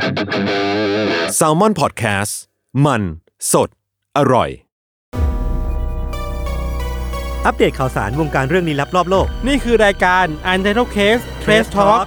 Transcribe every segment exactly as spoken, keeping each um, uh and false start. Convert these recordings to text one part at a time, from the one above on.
Salmon Podcast มันสดอร่อยอัปเดตข่าวสารวงการเรื่องลี้ลับรอบโลกนี่คือรายการ Untitled Case Trace Talk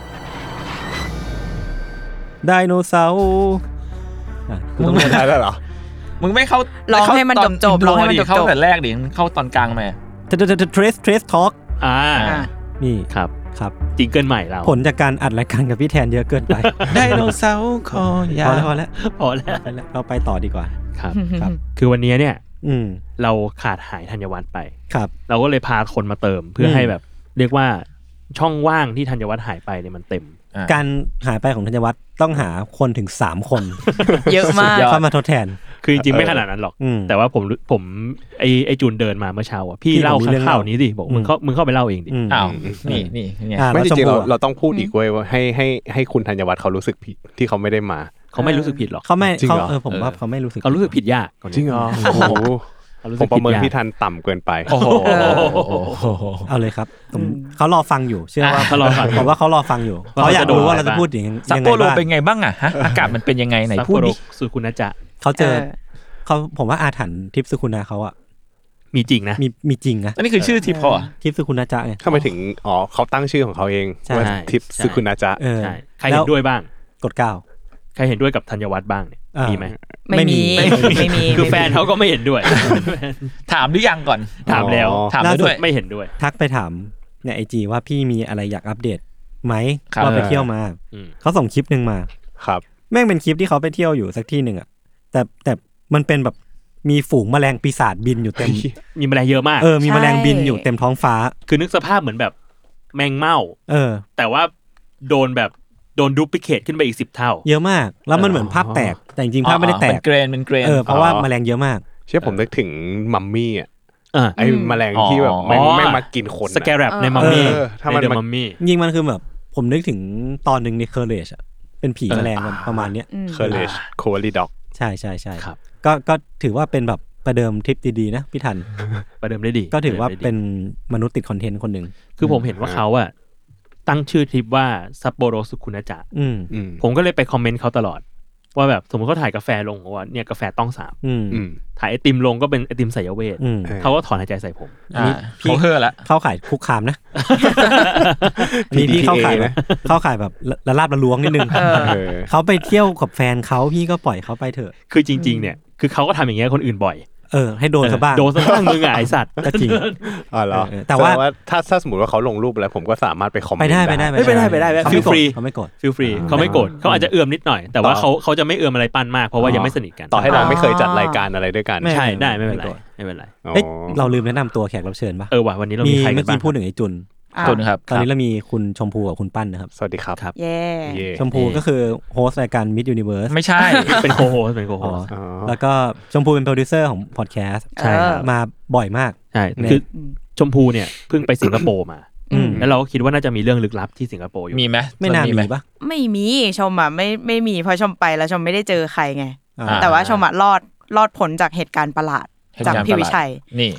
ไดโนเสาร์มึงไม่ได้แล้วเหรอมึงไม่เข้าร้องให้มันจบๆร้องให้มันจบๆเข้าแต่แรกดิเข้าตอนกลางมา Trace Trace Talk อ่านี่ครับครับจิงเกิลใหม่เราผลจากการอัดรายการกับพี่แทนเยอะเกินไปไดโนเสาร์คอยาวพอแล้วพอแล้วพอแล้วเราไปต่อดีกว่าครับครับคือวันนี้เนี่ยอืมเราขาดหายธัญวัฒน์ไปครับเราก็เลยพาคนมาเติมเพื่อให้แบบเรียกว่าช่องว่างที่ธัญวัฒน์หายไปเนี่ยมันเต็มการหายไปของธัญวัฒน์ต้องหาคนถึงสามคนเยอะมากเข้ามาทดแทนคือจริงๆไม่ขนาดนั้นหรอกแต่ว่าผมผมไอไอจูนเดินมาเมื่อเช้าอ่ะพี่เล่าข่าวนี้ดิบอกมึงเข้ามึงเข้าไปเล่าเองดิอ้าวนี่นี่ไงไม่จริงๆเราเราต้องพูดอีกเว้ยว่าให้ให้ให้คุณธัญวัฒน์เขารู้สึกผิดที่เขาไม่ได้มาเขาไม่รู้สึกผิดหรอกเขาไม่เขาเออผมว่าเขาไม่รู้สึกเขารู้สึกผิดยากจริงเหรอโอ้โหผมประเมินพี่ทันต่ำเกินไปโอ้โหเอาเลยครับเขารอฟังอยู่เชื่อว่าเขารอฟังผมว่าเขารอฟังอยู่เขาอยากรู้ว่าเราจะพูดอย่างยังไงซัปโปโรเป็นไงบ้างอ่ะฮะอากาศมันเป็นยังไงไหนพูดดิสุคุณนะจ๊ะเขาเจอเขาผมว่าอาถรรพ์ทิพย์สุคุณาเขาอะมีจริงนะมีมีจริงนะอันนี้คือชื่อทิพย์เขาอ่ะทิพย์สุคุณาจ๊ะไงทำไมถึงอ๋อเขาตั้งชื่อของเขาเองว่าทิพย์สุคุณาจ๊ะใช่ใครเห็นด้วยบ้างกดเก้าใครเห็นด้วยกับธัญวัฒน์บ้างเนี่ยมีไหมไม่มีไม่มีคือแฟนเขาก็ไม่เห็นด้วยถามหรือยังก่อนถามแล้วถามแล้วด้วยไม่เห็นด้วยทักไปถามในไอจีว่าพี่มีอะไรอยากอัปเดตไหมว่าไปเที่ยวมาเขาส่งคลิปนึงมาครับแม่งเป็นคลิปที่เขาไปเที่ยวอยู่สักที่นึงอ่ะแต่แต่มันเป็นแบบมีฝูงแมลงปีศาจบินอยู่เต็มมีแมลงเยอะมากเออมีแมลงบินอยู่เต็มท้องฟ้าคือนึกสภาพเหมือนแบบแมงเม่าเออแต่ว่าโดนแบบโดนดูพลิเคทขึ้นไปอีกสิบเท่าเยอะมากแล้วมันเหมือนภาพแตกแต่จริงๆภาพไม่ได้แตกเป็นเกรนเป็นเกรนเออเพราะว่าแมลงเยอะมากเชื่อผมนึกถึงมัมมี่อ่ะไอ้แมลงที่แบบแม่งไม่มากินคนสแกแรปในมัมมี่ถ้ามันมัมมี่ยิงมันคือแบบผมนึกถึงตอนนึงในเคอร์เลชอ่ะเป็นผีแมลงประมาณเนี้ยเคอร์เลชโคลลีด็อกใช่ๆๆก็ก็ถือว่าเป็นแบบประเดิมทริปดีๆนะพี่ทันประเดิมได้ดีก็ถือว่าเป็นมนุษย์ติดคอนเทนต์คนหนึ่งคือผมเห็นว่าเขาอะตั้งชื่อทริปว่าซัปโปโรสุคุณนะจ๊ะผมก็เลยไปคอมเมนต์เขาตลอดว่าแบบสมมติเขาถ่ายกาแฟลงว่าเนี่ยกาแฟต้องสามถ่ายไอติมลงก็เป็นไอติมสายเวทเขาก็ถอนหายใจใส่ผมเขาเฮ่อละเข้าขายคุกคามนะพี่พี่เข้าขายนะเข้าขายแบบละลาบละล้วงนิดนึงเขาไปเที่ยวกับแฟนเขาพี่ก็ปล่อยเขาไปเถอะคือจริงๆเนี่ยคือเขาก็ทำอย่างเงี้ยคนอื่นบ่อยเออให้โดนซะบ้างโดนซะบ้างมึงอ่ะไอสัตว์ก็จริงอ๋อเหรอแต่ว่าถ้าถ้าสมมติว่าเขาลงรูปแล้วผมก็สามารถไปคอมเมนต์ได้ไปได้ไปได้ไปได้เขาไม่ฟรีเขาไม่กดฟิลฟรีเขาไม่กดเขาอาจจะเอื้อมนิดหน่อยแต่ว่าเขาเขาจะไม่เอื้อมอะไรปั้นมากเพราะว่ายังไม่สนิทกันต่อให้เราไม่เคยจัดรายการอะไรด้วยกันใช่ได้ไม่เป็นไรไม่เป็นไรเฮ้ยเราลืมแนะนำตัวแขกรับเชิญป่ะเออว่ะวันนี้เรามีใครกันบ้างเมื่อกี้พูดถึงไอ้จุนจุนครับตอนนี้เรามีคุณชมพูกับคุณปั้นนะครับสวัสดีครับครับเย้ชมพูก็คือโฮสต์รายการ Miss Universe ไม่ใช่เป็นโคโฮสต์เป็นโคโฮสต์แล้วก็ชมพูเป็นโปรดิวเซอร์ของพอดแคสต์ใช่มาบ่อยมากใช่คือชมพูเนี่ยเพิ่งไปสิงคโปร์มาแล้วเราก็คิดว่าน่าจะมีเรื่องลึกลับที่สิงคโปร์อยู่มีไหมไม่น่ามีปะไม่มีชมอ่ะไม่ไม่มีเพราะชมไปแล้วชมไม่ได้เจอใครไงแต่ว่าชมอ่ะรอดรอดผลจากเหตุการณ์ประหลาดจากพี่วิชัยนี่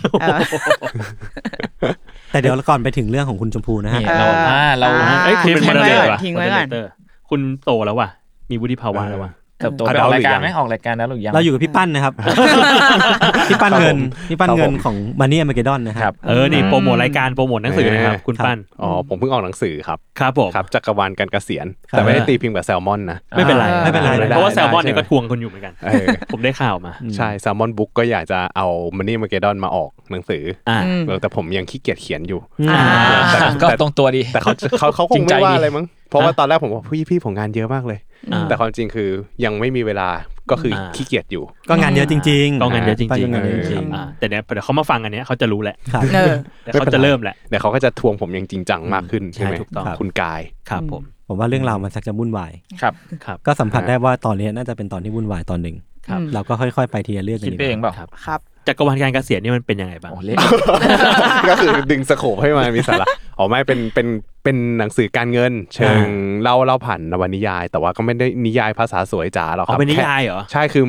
แต่เดี๋ยวก่อนไปถึงเรื่องของคุณชมพูนะฮะเราอ่าเราเอ้ยคุณเป็นมอดเตอร์ว่ะทิ้งไว้ก่อนคุณโตแล้วว่ะมีวุฒิภาวะแล้วว่ะเติบโตไปออกรายการมั้ยออกรายการแล้วหรือยังเราอยู่กับพี่ปั้นนะครับพี่ปั้นเงินพี่ปั้นเงินของ Money Armageddon นะครับเออนี่โปรโมทรายการโปรโมทหนังสือนะครับคุณปั้นอ๋อผมเพิ่งออกหนังสือครับครับผมครับจักรวาลการเกษียณแต่ไม่ได้ตีพิมพ์กับแซลมอนนะไม่เป็นไรไม่เป็นไรเพราะว่าแซลมอนเนี่ยก็ทวงคนอยู่เหมือนกันผมได้ข่าวมาใช่แซลมอนบุ๊กก็อยากจะเอา Money Armageddon มาออกหนังสือแต่ผมยังขี้เกียจเขียนอยู่ก็ตรงตัวดีแต่เขาเขาเขาคงไม่ว่าอะไรมั้งเพราะว่าตอนแรกผมว่าพี่พี่ผมงานเยอะมากเลยแต่ความจริงคือยังไม่มีเวลาก็คือขี้เกียจอยู่ก็งานเยอะจริงๆก็งานเยอะจริงๆแต่เนี่ยเดี๋ยวเขามาฟังอันนี้เขาจะรู้แหละเดี๋ยวเขาจะเริ่มแหละเดี๋ยวเขาก็จะทวงผมอย่างจริงจังมากขึ้นใช่ไหมคุณกายครับผมผมว่าเรื่องราวมันสักจะวุ่นวายครับครับก็สัมผัสได้ว่าตอนนี้น่าจะเป็นตอนที่วุ่นวายตอนหนึ่งเราก็ค่อยๆไปทีละเรื่องคิดเองเปล่าครับจักรวาลการเกษียณนี่มันเป็นยังไงบ้างก็คือดึงสโคปให้มามีสาระอ๋อไม่เป็นเป็นเป็นหนังสือการเงินเชิงเล่าเล่าผ่านนวนิยายแต่ว่าก็ไม่ได้นิยายภาษาสวยจ๋าหรอกครับเป็นนิยายเหรอใช่คือ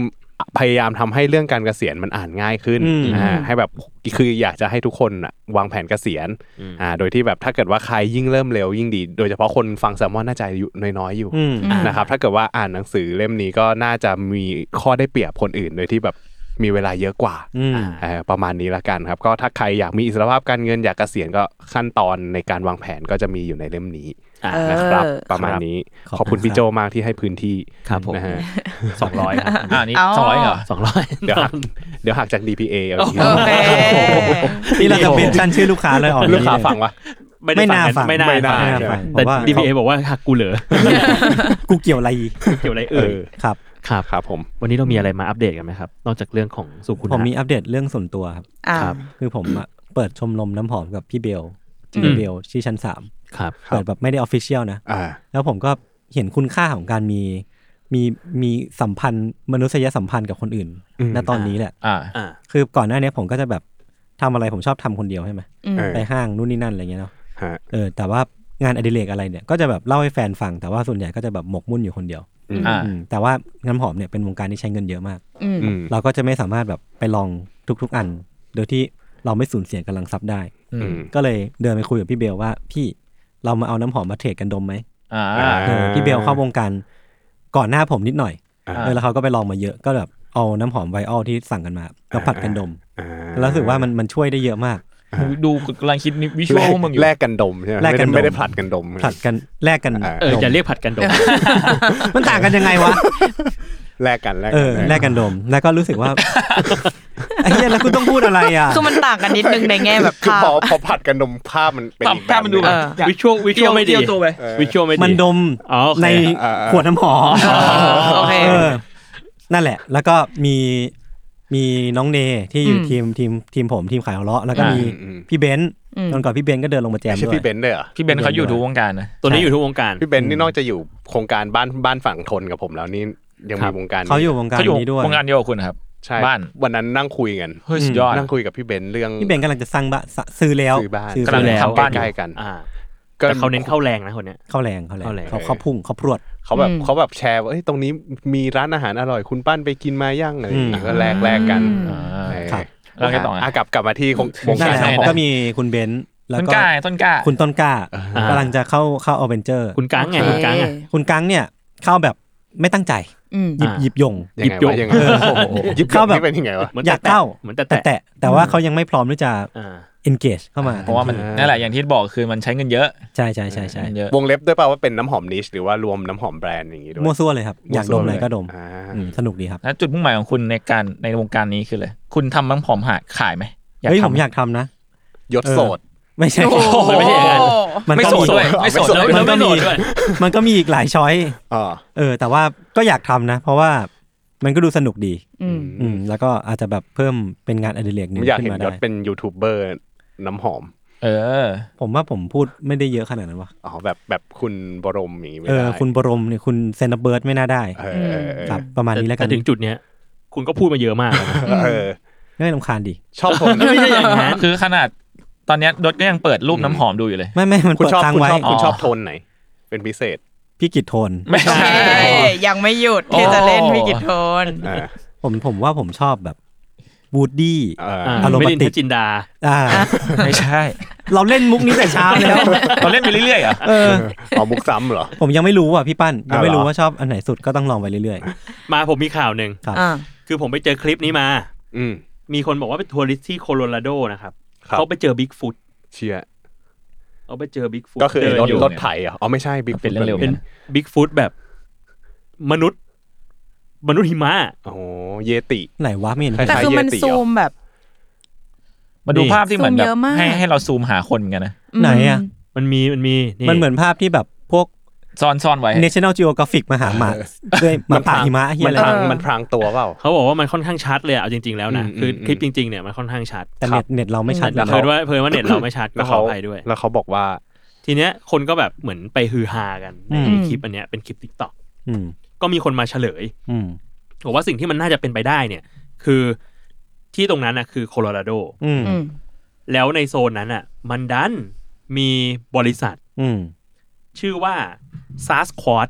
พยายามทำให้เรื่องการเกษียณมันอ่านง่ายขึ้นอ่าให้แบบคืออยากจะให้ทุกคนอ่ะวางแผนเกษียณอ่าโดยที่แบบถ้าเกิดว่าใครยิ่งเริ่มเร็วยิ่งดีโดยเฉพาะคนฟังแซลมอนน่าจะอายุน้อยๆอยู่นะครับถ้าเกิดว่าอ่านหนังสือเล่มนี้ก็น่าจะมีข้อได้เปรียบคนอื่นโดยที่แบบมีเวลาเยอะกว่าอ่าประมาณนี้ละกันครับก็ถ้าใครอยากมีอิสรภาพการเงินอยากเกษียณก็ขั้นตอนในการวางแผนก็จะมีอยู่ในเล่มนี้นะครับประมาณนี้ขอบคุณพี่โจมากที่ให้พื้นที่ครับผมนะฮะสองร้อยครับอ่านี่สองร้อยเหรอสองร้อยเดี๋ยวหักเดี๋ยวหักจาก ดี พี เอ เอาทีนี่เราจะเป็นชั้นชื่อลูกค้าเลยออกลูกค้าฟังวะไม่น่าฟังไม่น่าฟังแต่ ดี พี เอ บอกว่าหักกูเหรอกูเกี่ยวอะไรเกี่ยวอะไรเอ่ยครับครับครับผมวันนี้เรามีอะไรมาอัปเดตกันไหมครับนอกจากเรื่องของสุขุนผมมีอัปเดตเรื่องส่วนตัวครับครับคือผมเปิดชมรมน้ำหอมกับพี่เบลพี่เบลที่ชั้นสามครับเปิดแบบไม่ได้ออฟฟิเชียลนะแล้วผมก็เห็นคุณค่าของการมีมีมีสัมพันธ์มนุษยสัมพันธ์กับคนอื่นณตอนนี้แหละคือก่อนหน้านี้ผมก็จะแบบทำอะไรผมชอบทำคนเดียวใช่ไหมไปห้างนู่นนี่นั่นอะไรเงี้ยเนาะเออแต่ว่างานอดิเรกอะไรเนี่ยก็จะแบบเล่าให้แฟนฟังแต่ว่าส่วนใหญ่ก็จะแบบหมกมุ่นอยู่คนเดียวแต่ว่าน้ำหอมเนี่ยเป็นวงการที่ใช้เงินเยอะมากเราก็จะไม่สามารถแบบไปลองทุกๆอันโดยที่เราไม่สูญเสียกำลังทรัพย์ได้ก็เลยเดินไปคุยกับพี่เบลว่าพี่เรามาเอาน้ำหอมมาเทรดกันดมไหมพี่เบลเข้าวงการก่อนหน้าผมนิดหน่อยแล้วเขาก็ไปลองมาเยอะก็แบบเอาน้ำหอมไวออลที่สั่งกันมาแล้วผัดกันดมแล้วรู้สึกว่ามันมันช่วยได้เยอะมากดูกำลังคิดวิชวลมึงอยู่แลกกันดมใช่ไหมไม่ได้ผัดกันดมผัดกันแลกกันเออจะเรียกผัดกันดมมันต่างกันยังไงวะแลกกันแลกกันแลกกันดมแล้วก็รู้สึกว่าไอ้เหี้ยแล้วคุณต้องพูดอะไรอ่ะคือมันต่างกันนิดนึงในแง่แบบคือพอพอผัดกันดมภาพมันเป็นภาพมันดูแบบวิชวลวิชวลไม่ดีวิชวลไม่ดีมันดมในขวดน้ำหอมโอเคนั่นแหละแล้วก็มีมีน้องเนที่อยู่ทีมทีมทีมผมทีมขายหัวเราะแล้วก็มีพี่เบนซ์ตอนก่อนพี่เบนซ์ก็เดินลงมาแจมด้วยพี่เบนซ์ด้วยเหรอพี่เบนซ์เขาอยู่ทุกวงการนะตัวนี้อยู่ทุกวงการพี่เบนซ์นี่นอกจะอยู่โครงการบ้านบ้านฝั่งทนกับผมแล้วนี่ยังมีวงการเขาอยู่วงการนี้ด้วยวงการเดียวกับคุณครับใช่บ้านวันนั้นนั่งคุยกันเฮ้ยสุดยอดนั่งคุยกับพี่เบนซ์เรื่องพี่เบนซ์กำลังจะสร้างบ้านซื้อแล้วซื้อบ้านกำลังทำบ้านใกล้กันแต่เขาเน้นเข้าแรงนะคนเนี้ยเข้าแรงเข้าแรงเขาเขาพุ่งเขาพรวดเขาแบบเขาแบบแชร์ว่าเฮ้ยตรงนี้มีร้านอาหารอร่อยคุณปั้นไปกินมาย่างเลยก็แลกแลกกันครับแล้วไงต่ออ่ะกลับกลับมาที่วงการก็มีคุณเบนซ์แล้วก็ต้นกล้าต้นกล้าคุณต้นกล้ากำลังจะเข้าเข้าอเวนเจอร์คุณกังไงคุณกังอ่ะคุณกังเนี่ยเข้าแบบไม่ตั้งใจหยิบหยิบยงหยิบยงหยิบเข้าแบบเป็นยังไงวะอยากเข้าเหมือนแต่แต่แต่ว่าเขายังไม่พร้อมที่จะengage เข้ามาเพราะว่ามันนั่นแหละอย่างที่บอกคือมันใช้เงินเยอะใช่ใช่ใช่ใช่วงเล็บด้วยเปล่าว่าเป็นน้ำหอมนิชหรือว่ารวมน้ำหอมแบรนด์อย่างงี้ด้วยมั่วซั่วเลยครับอยากดมอะไรก็ดมสนุกดีครับแล้วจุดมุ่งหมายของคุณในการในวงการนี้คืออะไรคุณทำน้ำหอมขายไหมเฮ้ยผมอยากทำนะยศโสดไม่ใช่ไม่ใช่อย่างนั้นมันไม่โสดด้วยไม่โสดด้วยมันก็มีมันก็มีอีกหลายช้อยเออแต่ว่าก็อยากทำนะเพราะว่ามันก็ดูสนุกดีอืมแล้วก็อาจจะแบบเพิ่มเป็นงานอดิเรกนึงขึ้นมาได้อยากเห็นยศเป็นยูทูบเบอร์น้ำหอมเออผมว่าผมพูดไม่ได้เยอะขนาดนั้นวะอ๋อแบบแบบคุณบรมอย่างงี้ไม่ได้เออคุณบรมเนี่ยคุณเซนเบิร์ดไม่น่าได้ครับประมาณนี้แล้วกันถึงจุดเนี้ยคุณก็พูดมาเยอะมากเออไม่รำคาญดิชอบทนไม่ใช่อย่างนั้นคือขนาดตอนนี้ดดก็ยังเปิดรูปน้ำหอมดูอยู่เลยไม่ไม่มันเปิดค้างไว้คุณชอบโทนไหนเป็นพิเศษพี่กิตโทนไม่ใช่ยังไม่หยุดที่จะเล่นพี่กิตโทนผมผมว่าผมชอบแบบวูดดี้อารมณ์ติกจินดาไม่ใช่เราเล่นมุกนี้แต่เช้าแล้วเราเล่นไปเรื่อยๆอ่ะเออเอามุกซ้ำเหรอผมยังไม่รู้อ่ะพี่ปั้นยังไม่รู้ว่าชอบอันไหนสุดก็ต้องลองไปเรื่อยๆมาผมมีข่าวหนึ่งคือผมไปเจอคลิปนี้มามีคนบอกว่าเป็นทัวริสต์ที่โคโลราโดนะครับเขาไปเจอบิ๊กฟุตเชียเขาไปเจอบิ๊กฟุตก็คือรถรถไถอ่ะอ๋อไม่ใช่บิ๊กฟุตเป็นบิ๊กฟุตแบบมนุษย์มนุษย์หิมะโอ้เยติไหนวะไม่เห็นแต่คือมันซูมแบบมาดูภาพที่เหมือนแบบให้ให้เราซูมหาคนกันนะไหนอ่ะมันมีมันมีมันเหมือนภาพที่แบบพวกซ่อนซ่อนไว้ National Geographic มาหาหมาด้วยมาป่าหิมะเฮียอะไรมันพรางตัวเปล่าเขาบอกว่ามันค่อนข้างชัดเลยเอาจริงๆแล้วนะคือคลิปจริงๆเนี่ยมันค่อนข้างชัดแต่เน็ตเน็ตเราไม่ชัดเพิ่นว่าเพิ่นว่าเน็ตเราไม่ชัดก็ขออภัยด้วยแล้วเขาบอกว่าทีเนี้ยคนก็แบบเหมือนไปฮือฮากันในคลิปอันเนี้ยเป็นคลิป TikTok ก็มีคนมาเฉลยบอกว่าสิ่งที่มันน่าจะเป็นไปได้เนี่ยคือที่ตรงนั้นน่ะคือโคโลราโดแล้วในโซนนั้นน่ะมันดันมีบริษัทชื่อว่า Sasquatch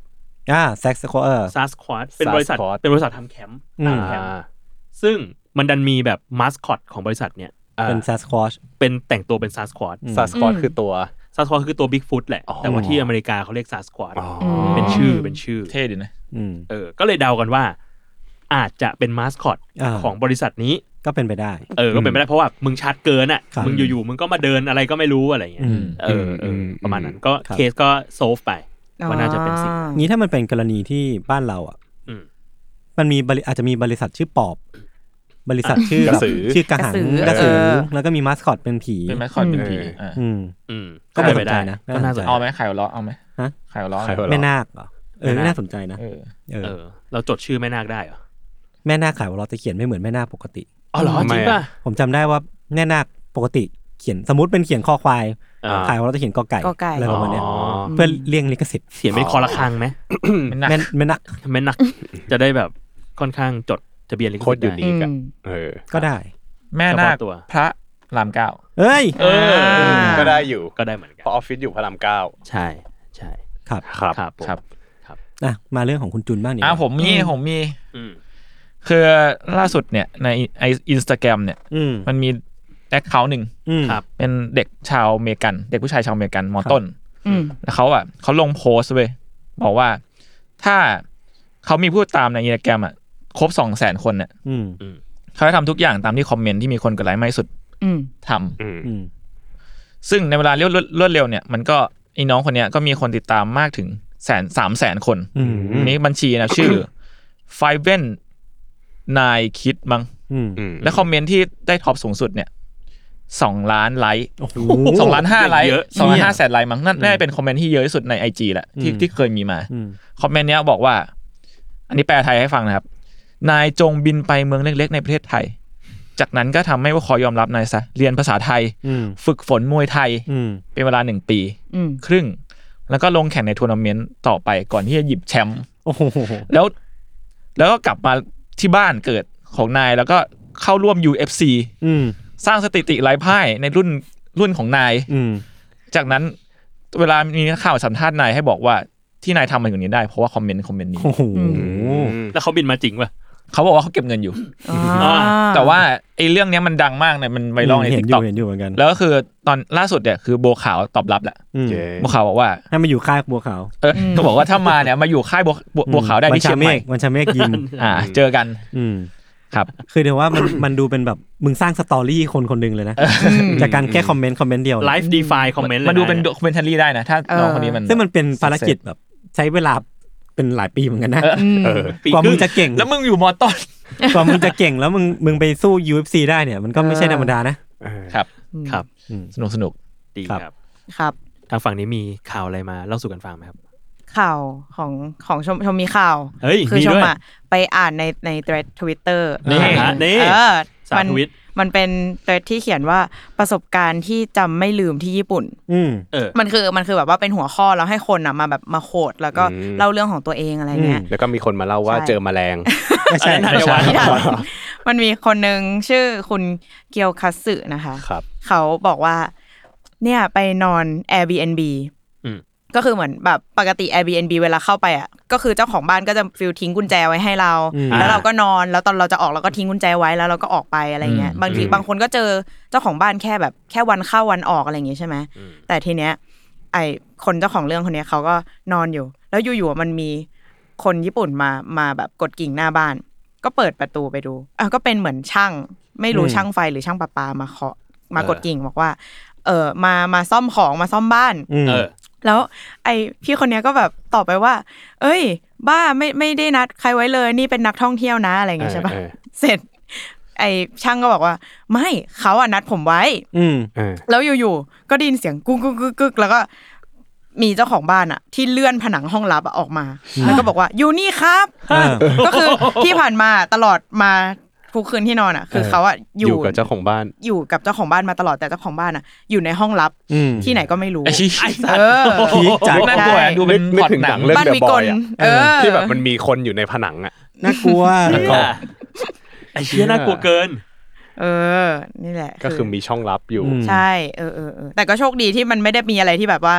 อ่าแซกสควอตซาสควอตเป็นบริษัทเป็นบริษัททำแคมป์แคมป์ซึ่งมันดันมีแบบมาสคอตของบริษัทเนี้ยเป็นซาสควอตเป็นแต่งตัวเป็นซาสควอตซาสควอตคือตัวซาสควอตคือตัวบิ๊กฟุตแหละแต่ว่าที่อเมริกาเขาเรียกซาสควอตเป็นชื่อเป็นชื่อเท่ดีนะเออก็เลยเดากันว่าอาจจะเป็นมาสคอตของบริษัทนี้ก็เป็นไปได้เออก็เป็นไปได้เพราะว่ามึงชัดเกินอ่ะมึงอยู่ๆมึงก็มาเดินอะไรก็ไม่รู้อะไรอย่างเงี้ยเออเออประมาณนั้นก็เคสก็โซฟไปว่าน่าจะเป็นสิ่งนี้ถ้ามันเป็นกรณีที่บ้านเราอ่ะมันมีอาจจะมีบริษัทชื่อปอบบริษัทชื่อชื่อกระหังกระสือแล้วก็มีมาสคอตเป็นผีเป็นมาสคอตเป็นผีอ่าอืมก็เป็นไปได้นะก็น่าจะเอาไหมไข่หัวเราะเอาไหมฮะไข่หัวเราะแม่นาคเหรอเออน่าสนใจนะเออเออเราจดชื่อแม่นาคได้เหรอแม่นาคไข่หัวเราะจะเขียนไม่เหมือนแม่นาคปกติอ๋อเหรอจริงป่ะผมจำได้ว่าแม่นาคปกติเขียนสมมุติเป็นเขียนคอควายไข่หัวเราะจะเขียนกอไก่อะไรประมาณนี้เพื่อเลี่ยงลิขสิทธิ์เขียนเป็นคอละครังไหมแม่แม่นักแม่นักจะได้แบบค่อนข้างจดทะเบียนลิขสิทธิ์อยู่ดีกันเออก็ได้แม่นาคพระรามเก้าเอ้ยเออก็ได้อยู่ก็ได้เหมือนกันเพราะออฟฟิศอยู่พระรามเก้าใช่ใช่ครับครับครับครับครับอ่ะมาเรื่องของคุณจุนบ้างนี่อ่ะผมมีผมมีคือล่าสุดเนี่ยในไอ Instagram เนี่ยมันมีแอคเคาท์หนึ่งเป็นเด็กชาวอเมริกันเด็กผู้ชายชาวอเมริกันม.ต้นแล้วเขาอ่ะเขาลงโพสต์เว้ยบอกว่าถ้าเขามีผู้ตามใน Instagram อ่ะครบ สองแสน คนเนี่ยเขาจะทำทุกอย่างตามที่คอมเมนต์ที่มีคนกดไลค์มากที่สุดทำซึ่งในเวลาเรวดเร็วเนี่ยมันก็ไอ้น้องคนเนี้ยก็มีคนติดตามมากถึงแสนสามแสนคนนี้บัญชีนะชื่อไฟเว่นนายคิดมั้งและคอมเมนต์ที่ได้ท็อปสูงสุดเนี่ยสองล้านไลค์สองล้านห้าไลค์สองล้านห้าแสนไลค์มั้งนั่นน่าจะเป็นคอมเมนต์ที่เยอะที่สุดใน ไอ จี แหละที่ที่เคยมีมาคอมเมนต์เนี้ยบอกว่าอันนี้แปลไทยให้ฟังนะครับนายจงบินไปเมืองเล็กๆในประเทศไทยจากนั้นก็ทำให้ว่าขอยอมรับนายซะเรียนภาษาไทยฝึกฝนมวยไทยเป็นเวลาหนึ่งปีครึ่งแล้วก็ลงแข่งในทัวร์นาเมนต์ต่อไปก่อนที่จะหยิบแชมป์แล้วแล้วก็กลับมาที่บ้านเกิดของนายแล้วก็เข้าร่วม ยู เอฟ ซี สร้างสถิติไร้พ่ายในรุ่นรุ่นของนายจากนั้นเวลามีข่าวสัมภาษณ์นายให้บอกว่าที่นายทำมันอย่างนี้ได้เพราะว่าคอมเมนต์คอมเมนต์นี้แล้วเขาบินมาจริงป่ะเขาบอกว่าเขาเก็บเงินอยู่แต่ว่าไอ้เรื่องนี้มันดังมากเนี่ยมันไวรัลใน TikTok แล้วก็คือตอนล่าสุดเนี่ยคือโบขาวตอบรับแหละโบขาวบอกว่าถ้ามาอยู่ค่ายโบขาวเออเขาบอกว่าถ้ามาเนี่ยมาอยู่ค่ายโบโบขาวได้ที่เชียงใหม่วันชาเมฆยิมอ่าเจอกันครับคือเดี๋ยวว่ามันมันดูเป็นแบบมึงสร้างสตอรี่คนคนนึงเลยนะจากการแค่คอมเมนต์คอมเมนต์เดียวไลฟ์ดีฟายคอมเมนต์มันดูเป็นด็อกคิวเมนทารี่ได้นะถ้าน้องคนนี้มันซึ่งมันเป็นภารกิจแบบใช้เวลาเป็นหลายปีเหมือนกันนะกว่ามึงจะเก่งแล้วมึงอยู่ม.ต้นกว่ามึงจะเก่งแล้วมึงมึงไปสู้ ยู เอฟ ซี ได้เนี่ยมันก็ไม่ใช่ธรรมดานะครับครับสนุกสนุกดีครับครับทางฝั่งนี้มีข่าวอะไรมาเล่าสู่กันฟังไหมครับข่าวของของชมชมมีข่าวคือชมอ่ะไปอ่านในใน thread Twitter นี่นี่เออมันมันเป็น thread ที่เขียนว่าประสบการณ์ที่จำไม่ลืมที่ญี่ปุ่นเออมันคือมันคือแบบว่าเป็นหัวข้อแล้วให้คนอ่ะมาแบบมาโคดแล้วก็เล่าเรื่องของตัวเองอะไรเงี้ยแล้วก็มีคนมาเล่าว่าเจอแมลงไม่ใช่ไม่ใช่มันมีคนนึงชื่อคุณเกียวคัตสึนะคะเขาบอกว่าเนี่ยไปนอน Airbnbก็คือเหมือนแบบปกติ Airbnb เวลาเข้าไปอ่ะก็คือเจ้าของบ้านก็จะฟิลทิ้งกุญแจไว้ให้เราแล้วเราก็นอนแล้วตอนเราจะออกเราก็ทิ้งกุญแจไว้แล้วเราก็ออกไปอะไรเงี้ยบางทีบางคนก็เจอเจ้าของบ้านแค่แบบแค่วันเข้าวันออกอะไรอย่างงี้ใช่ไหมแต่ทีเนี้ยไอคนเจ้าของเรื่องคนนี้เขาก็นอนอยู่แล้วอยู่ๆมันมีคนญี่ปุ่นมามาแบบกดกิ่งหน้าบ้านก็เปิดประตูไปดูอ่ะก็เป็นเหมือนช่างไม่รู้ช่างไฟหรือช่างประปามาเคาะมากดกิ่งบอกว่าเออมามาซ่อมของมาซ่อมบ้านเออแล้วไอพี่คนนี้ก็แบบตอบไปว่าเอ้ยบ้าไม่ไม่ได้นัดใครไว้เลยนี่เป็นนักท่องเที่ยวนะอะไรอย่างเงี้ยใช่ป่ะเสร็จไอช่างก็บอกว่าไม่เขาอ่ะนัดผมไว้แล้วอยู่ๆก็ได้ยินเสียงกุ๊กกุ๊กกุ๊กแล้วก็มีเจ้าของบ้านอ่ะที่เลื่อนผนังห้องลับออกมาแล้วก็บอกว่าอยู่นี่ครับก็คือที่ผ่านมาตลอดมาทุกคืนที่นอนอ่ะคือเขาอ่ะอยู่กับเจ้าของบ้านอยู่กับเจ้าของบ้านมาตลอดแต่เจ้าของบ้านอ่ะอยู่ในห้องลับที่ไหนก็ไม่รู้เออจัดน่ากลัวดูเป็นพล็อตหนังเรื่องเดอะบอยอ่ะที่แบบมันมีคนอยู่ในผนังอ่ะน่ากลัวไอ้เหี้ยน่ากลัวเกินเออนี่แหละก็คือมีช่องลับอยู่ใช่เออๆๆแต่ก็โชคดีที่มันไม่ได้มีอะไรที่แบบว่า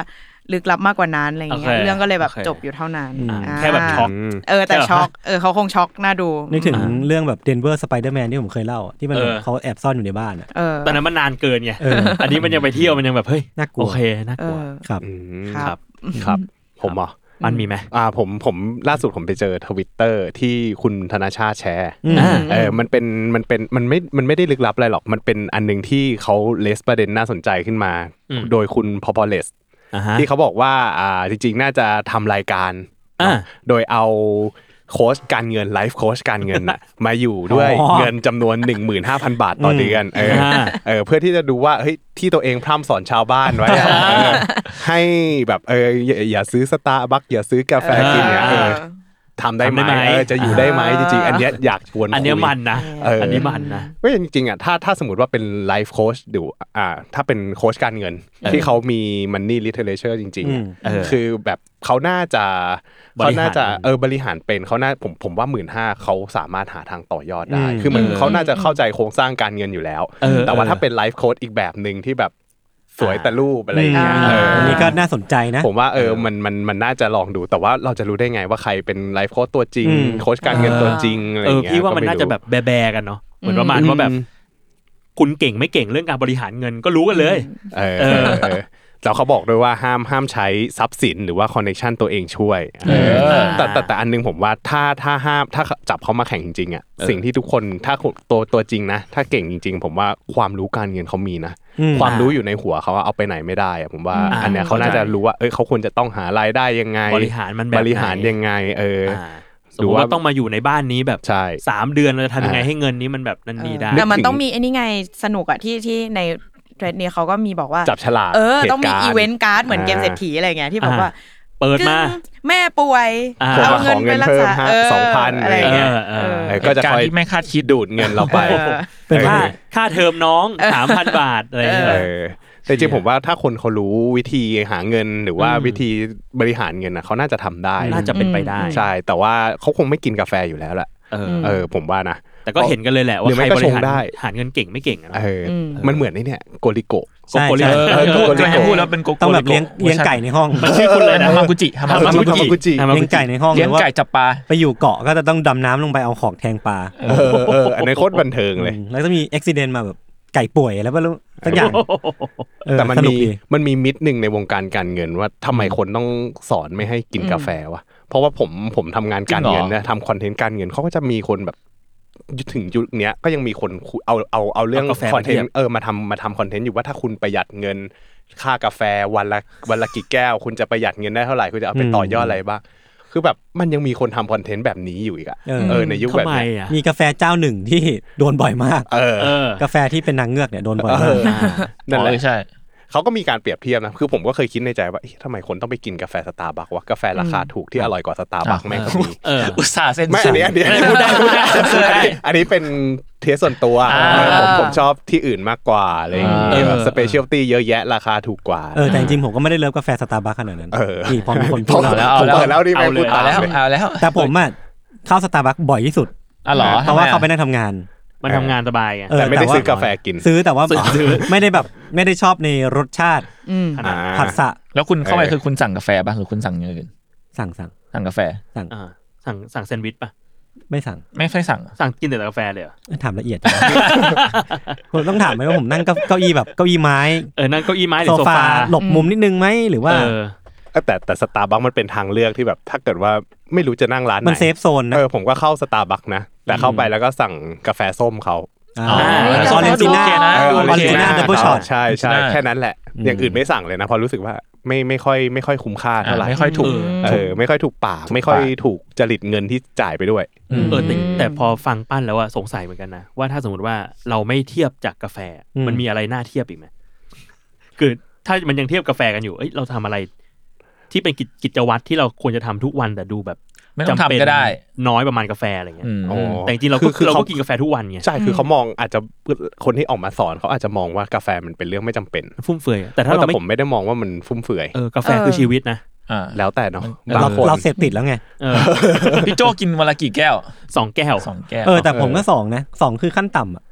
ลึกลับมากกว่านั้นอะไรเงี้ยเรื่องก็เลยแบบจบอยู่เท่านั้นแค่แบบช็อกเออแต่ช็อกเออเขาคงช็อกน่าดูนึกถึงเรื่องแบบ Denver Spider-Man ที่ผมเคยเล่าที่มันเขาแอบซ่อนอยู่ในบ้านอ่ะตอนนั้นมันนานเกินไงอันนี้มันยังไปเที่ยวมันยังแบบเฮ้ยน่ากลัวโอเคน่ากลัวครับครับครับผมอ่ะมันมีไหมอ่าผมผมล่าสุดผมไปเจอ Twitter ที่คุณธนชาติแชร์เออมันเป็นมันเป็นมันไม่มันไม่ได้ลึกลับอะไรหรอกมันเป็นอันนึงที่เขาเลสประเด็นน่าสนใจขึ้นมาโดยคุณพอพอเลสที่เขาบอกว่าอ่าจริงๆน่าจะทำรายการโดยเอาโค้ชการเงินไลฟ์โค้ชการเงินน่ะมาอยู่ด้วยเงินจำนวน หนึ่งหมื่นห้าพัน บาทต่อเดือนเออเออเพื่อที่จะดูว่าเฮ้ยที่ตัวเองพร่ำสอนชาวบ้านไว้ให้แบบเอออย่าซื้อสตาร์บัคอย่าซื้อกาแฟกินเนี่ยเออทำได้ไหมเออจะอยู่ได้ไหมจริงๆอันเนี้ยอยากชวนอันนี้มันนะอันนี้มันนะเว้ยจริงๆอ่ะถ้าถ้าสมมติว่าเป็นไลฟ์โค้ชดูอ่าถ้าเป็นโค้ชการเงินที่เขามี money literature จริงๆคือแบบเขาน่าจะเขาน่าจะเออบริหารเป็นเขาน่าผมผมว่า หนึ่งหมื่นห้าพัน เขาสามารถหาทางต่อยอดได้คือมันเขาน่าจะเข้าใจโครงสร้างการเงินอยู่แล้วแต่ว่าถ้าเป็นไลฟ์โค้ชอีกแบบนึงที่แบบสวยแต่รูปอะไรอย่างเงี้ยอันนี้ก็น่าสนใจนะผมว่าเออมันมันมันน่าจะลองดูแต่ว่าเราจะรู้ได้ไงว่าใครเป็นไลฟ์โค้ชตัวจริงโค้ชการเงินตัวจริงอะไรอย่างเงี้ยเออพี่ว่ามันน่าจะแบบแบๆกันเนาะเหมือนประมาณว่าแบบคุณเก่งไม่เก่งเรื่องการบริหารเงินก็รู้กันเลยเออแล้วเขาบอกด้วยว่าห้ามห้ามใช้ทรัพย์สินหรือว่าคอนเนคชั่นตัวเองช่วยแต่แต่แต่อันนึงผมว่าถ้าถ้าห้ามถ้าจับเขามาแข่งจริงๆอ่ะสิ่งที่ทุกคนถ้าตัวตัวจริงนะถ้าเก่งจริงๆผมว่าความรู้การเงินเขามีนะความรู้อยู่ในหัวเขาเอาไปไหนไม่ได้อ่ะผมว่าอันเนี้ยเขาน่าจะรู้ว่าเอ้ยเขาควรจะต้องหารายได้ยังไงบริหารมันแบบบริหารยังไงเออสมมติว่าต้องมาอยู่ในบ้านนี้แบบสามเดือนเราจะทำยังไงให้เงินนี้มันแบบนั่นนี่ได้แต่มันต้องมีไอ้นี่ไงสนุกอ่ะที่ที่ในเทรดนี้เขาก็มีบอกว่าจับฉลากเออต้องมีอีเวนต์การ์ดเหมือนเกมเศรษฐีอะไรเงี้ยที่บอกว่าเปิดมาแม่ป่วยเอาเงินไปรักษาสองพัน อะไรเงี้ยก็จะคอยไม่คาดคิดดูดเงินเราไปเป็นค่าค่าเทอมน้อง สามพัน บาทอะไรเงี้ยแต่จริงผมว่าถ้าคนเขารู้วิธีหาเงินหรือว่าวิธีบริหารเงินนะเขาน่าจะทำได้น่าจะเป็นไปได้ใช่แต่ว่าเขาคงไม่กินกาแฟอยู่แล้วแหละเออผมว่านะแต่ก็เห็นกันเลยแหละว่าใครบริหารหาเงินเก่งไม่เก่งนะมันเหมือนไอ้เนี่ยโกริโกะใช่ใช่โกริโกะพูดแล้วเป็นโกโก้ต้องแบบเลี้ยงเลี้ยงไก่ในห้องมันชื่อคุณเลยนะฮามากุจิฮามากุจิเลี้ยงไก่ในห้องเลี้ยงไก่จับปลาไปอยู่เกาะก็จะต้องดำน้ำลงไปเอาของแทงปลาเออเอออันนี้โคตรบันเทิงเลยแล้วก็มีอุบิเหตุมาแบบไก่ป่วยแล้วก็สักอย่างแต่มันมีมันมีมิตรหนึ่งในวงการการเงินว่าทำไมคนต้องสอนไม่ให้กินกาแฟวะเพราะว่าผมผมทำงานการเงินเนี่ยทำคอนเทนต์การเงินเขาก็จะมีคนแบบถึงยุคนี้ก็ยังมีคนเอาเอาเอาเรื่องคอนเทนต์เออมาทำมาทำคอนเทนต์อยู่ว่าถ้าคุณประหยัดเงินค่ากาแฟวันละวันละกี่แก้วคุณจะประหยัดเงินได้เท่าไหร่คุณจะเอาไปต่อยอดอะไรบ้างคือแบบมันยังมีคนทำคอนเทนต์แบบนี้อยู่อีกอ่ะเออในยุคแบบนี้มีกาแฟเจ้าหนึ่งที่โดนบ่อยมากกาแฟที่เป็นนางเงือกเนี่ยโดนบ่อยมากนั่นแหละใช่เขาก็มีการเปรียบเทียบนะคือผมก็เคยคิดในใจว่าทำไมคนต้องไปกินกาแฟสตาร์บัควะกาแฟราคาถูกที่อร่อยกว่าสตาร์บัคแม่งก็มีอุตส่าห์เส้นไม่อันนี้อันนี้พูดได้พูดได้อันนี้เป็นเทสส่วนตัวผมผมชอบที่อื่นมากกว่าอะไรอย่างเงี้ยสเปเชียลตี้เยอะแยะราคาถูกกว่าเออแต่จริงๆผมก็ไม่ได้เลิฟกาแฟสตาร์บัคขนาดนั้นนี่พอมีคนพูดแล้วผมเปิดแล้วนี่ไม่พูดตามแล้วเอาแล้วแต่ผมอ่ะเข้าสตาร์บัคบ่อยที่สุดอ๋อเหรอเพราะว่าเขาไปนั่งทำงานมันทำงานสบายไงแต่ไม่ได้ซื้อกาแฟกินซื้อแต่ว่าไม่ได้แบบไม่ได้ชอบในรสชาติผัสสะแล้วคุณเข้าไปคือคุณสั่งกาแฟป่ะหรือคุณสั่งอย่างอื่นสั่งสั่งสั่งกาแฟสั่งสั่งสั่งแซนด์วิชป่ะไม่สั่งไม่ค่อยสั่งสั่งกินแต่กาแฟเลยเหรอถามละเอียดคุณต้องถามไหมว่าผมนั่งเก้าอี้แบบเก้าอี้ไม้เออนั่งเก้าอี้ไม้หรือโซฟาหลบมุมนิดนึงไหมหรือว่าแต่แต่สตาร์บัคมันเป็นทางเลือกที่แบบถ้าเกิดว่าไม่รู้จะนั่งร้านไหนมันเซฟโซนนะเออผมก็เข้าสตาร์บัคนะแต่เข้าไปแล้วก็สั่งกาแฟส้มเขาอ๋อออเรนจิน่าออเรนจิน่าดับเบิลช็อตใช่ใช่แค่นั้นแหละอย่างอื่นไม่สั่งเลยนะเพราะรู้สึกว่าไม่ไม่ค่อยไม่ค่อยคุ้มค่าเท่าไหร่ไม่ค่อยถูกเออไม่ค่อยถูกปากไม่ค่อยถูกจริตเงินที่จ่ายไปด้วยเออแต่แต่พอฟังปั้นแล้วอะสงสัยเหมือนกันนะว่าถ้าสมมติว่าเราไม่เทียบจากกาแฟมันมีอะไรน่าเทียบอีกไหมคือถ้ามันยังเทียบกาแฟกันอยู่เอ้ยเราทำอะไรที่เป็นกิจวัตรที่เราควรจะทำทุกวันแต่ดูแบบไม่ต้องทำก็ได้น้อยประมาณกาแฟอะไรเงี้ยแต่จริงๆเราก็คือเราก็กินกาแฟทุกวันไงใช่คือเขามองอาจจะคนที่ออกมาสอนเขาอาจจะมองว่ากาแฟมันเป็นเรื่องไม่จำเป็นฟุ่มเฟือยแต่ถ้าเราผมไม่ได้มองว่ามันฟุ่มเฟือยเออกาแฟคือชีวิตนะแล้วแต่เนาะเราเราเสพติดแล้วไงพี่โจกินวันละกี่แก้วสองแก้วสองแก้วเออแต่ผมก็สองนะสองคือขั้นต่ำอ่ะ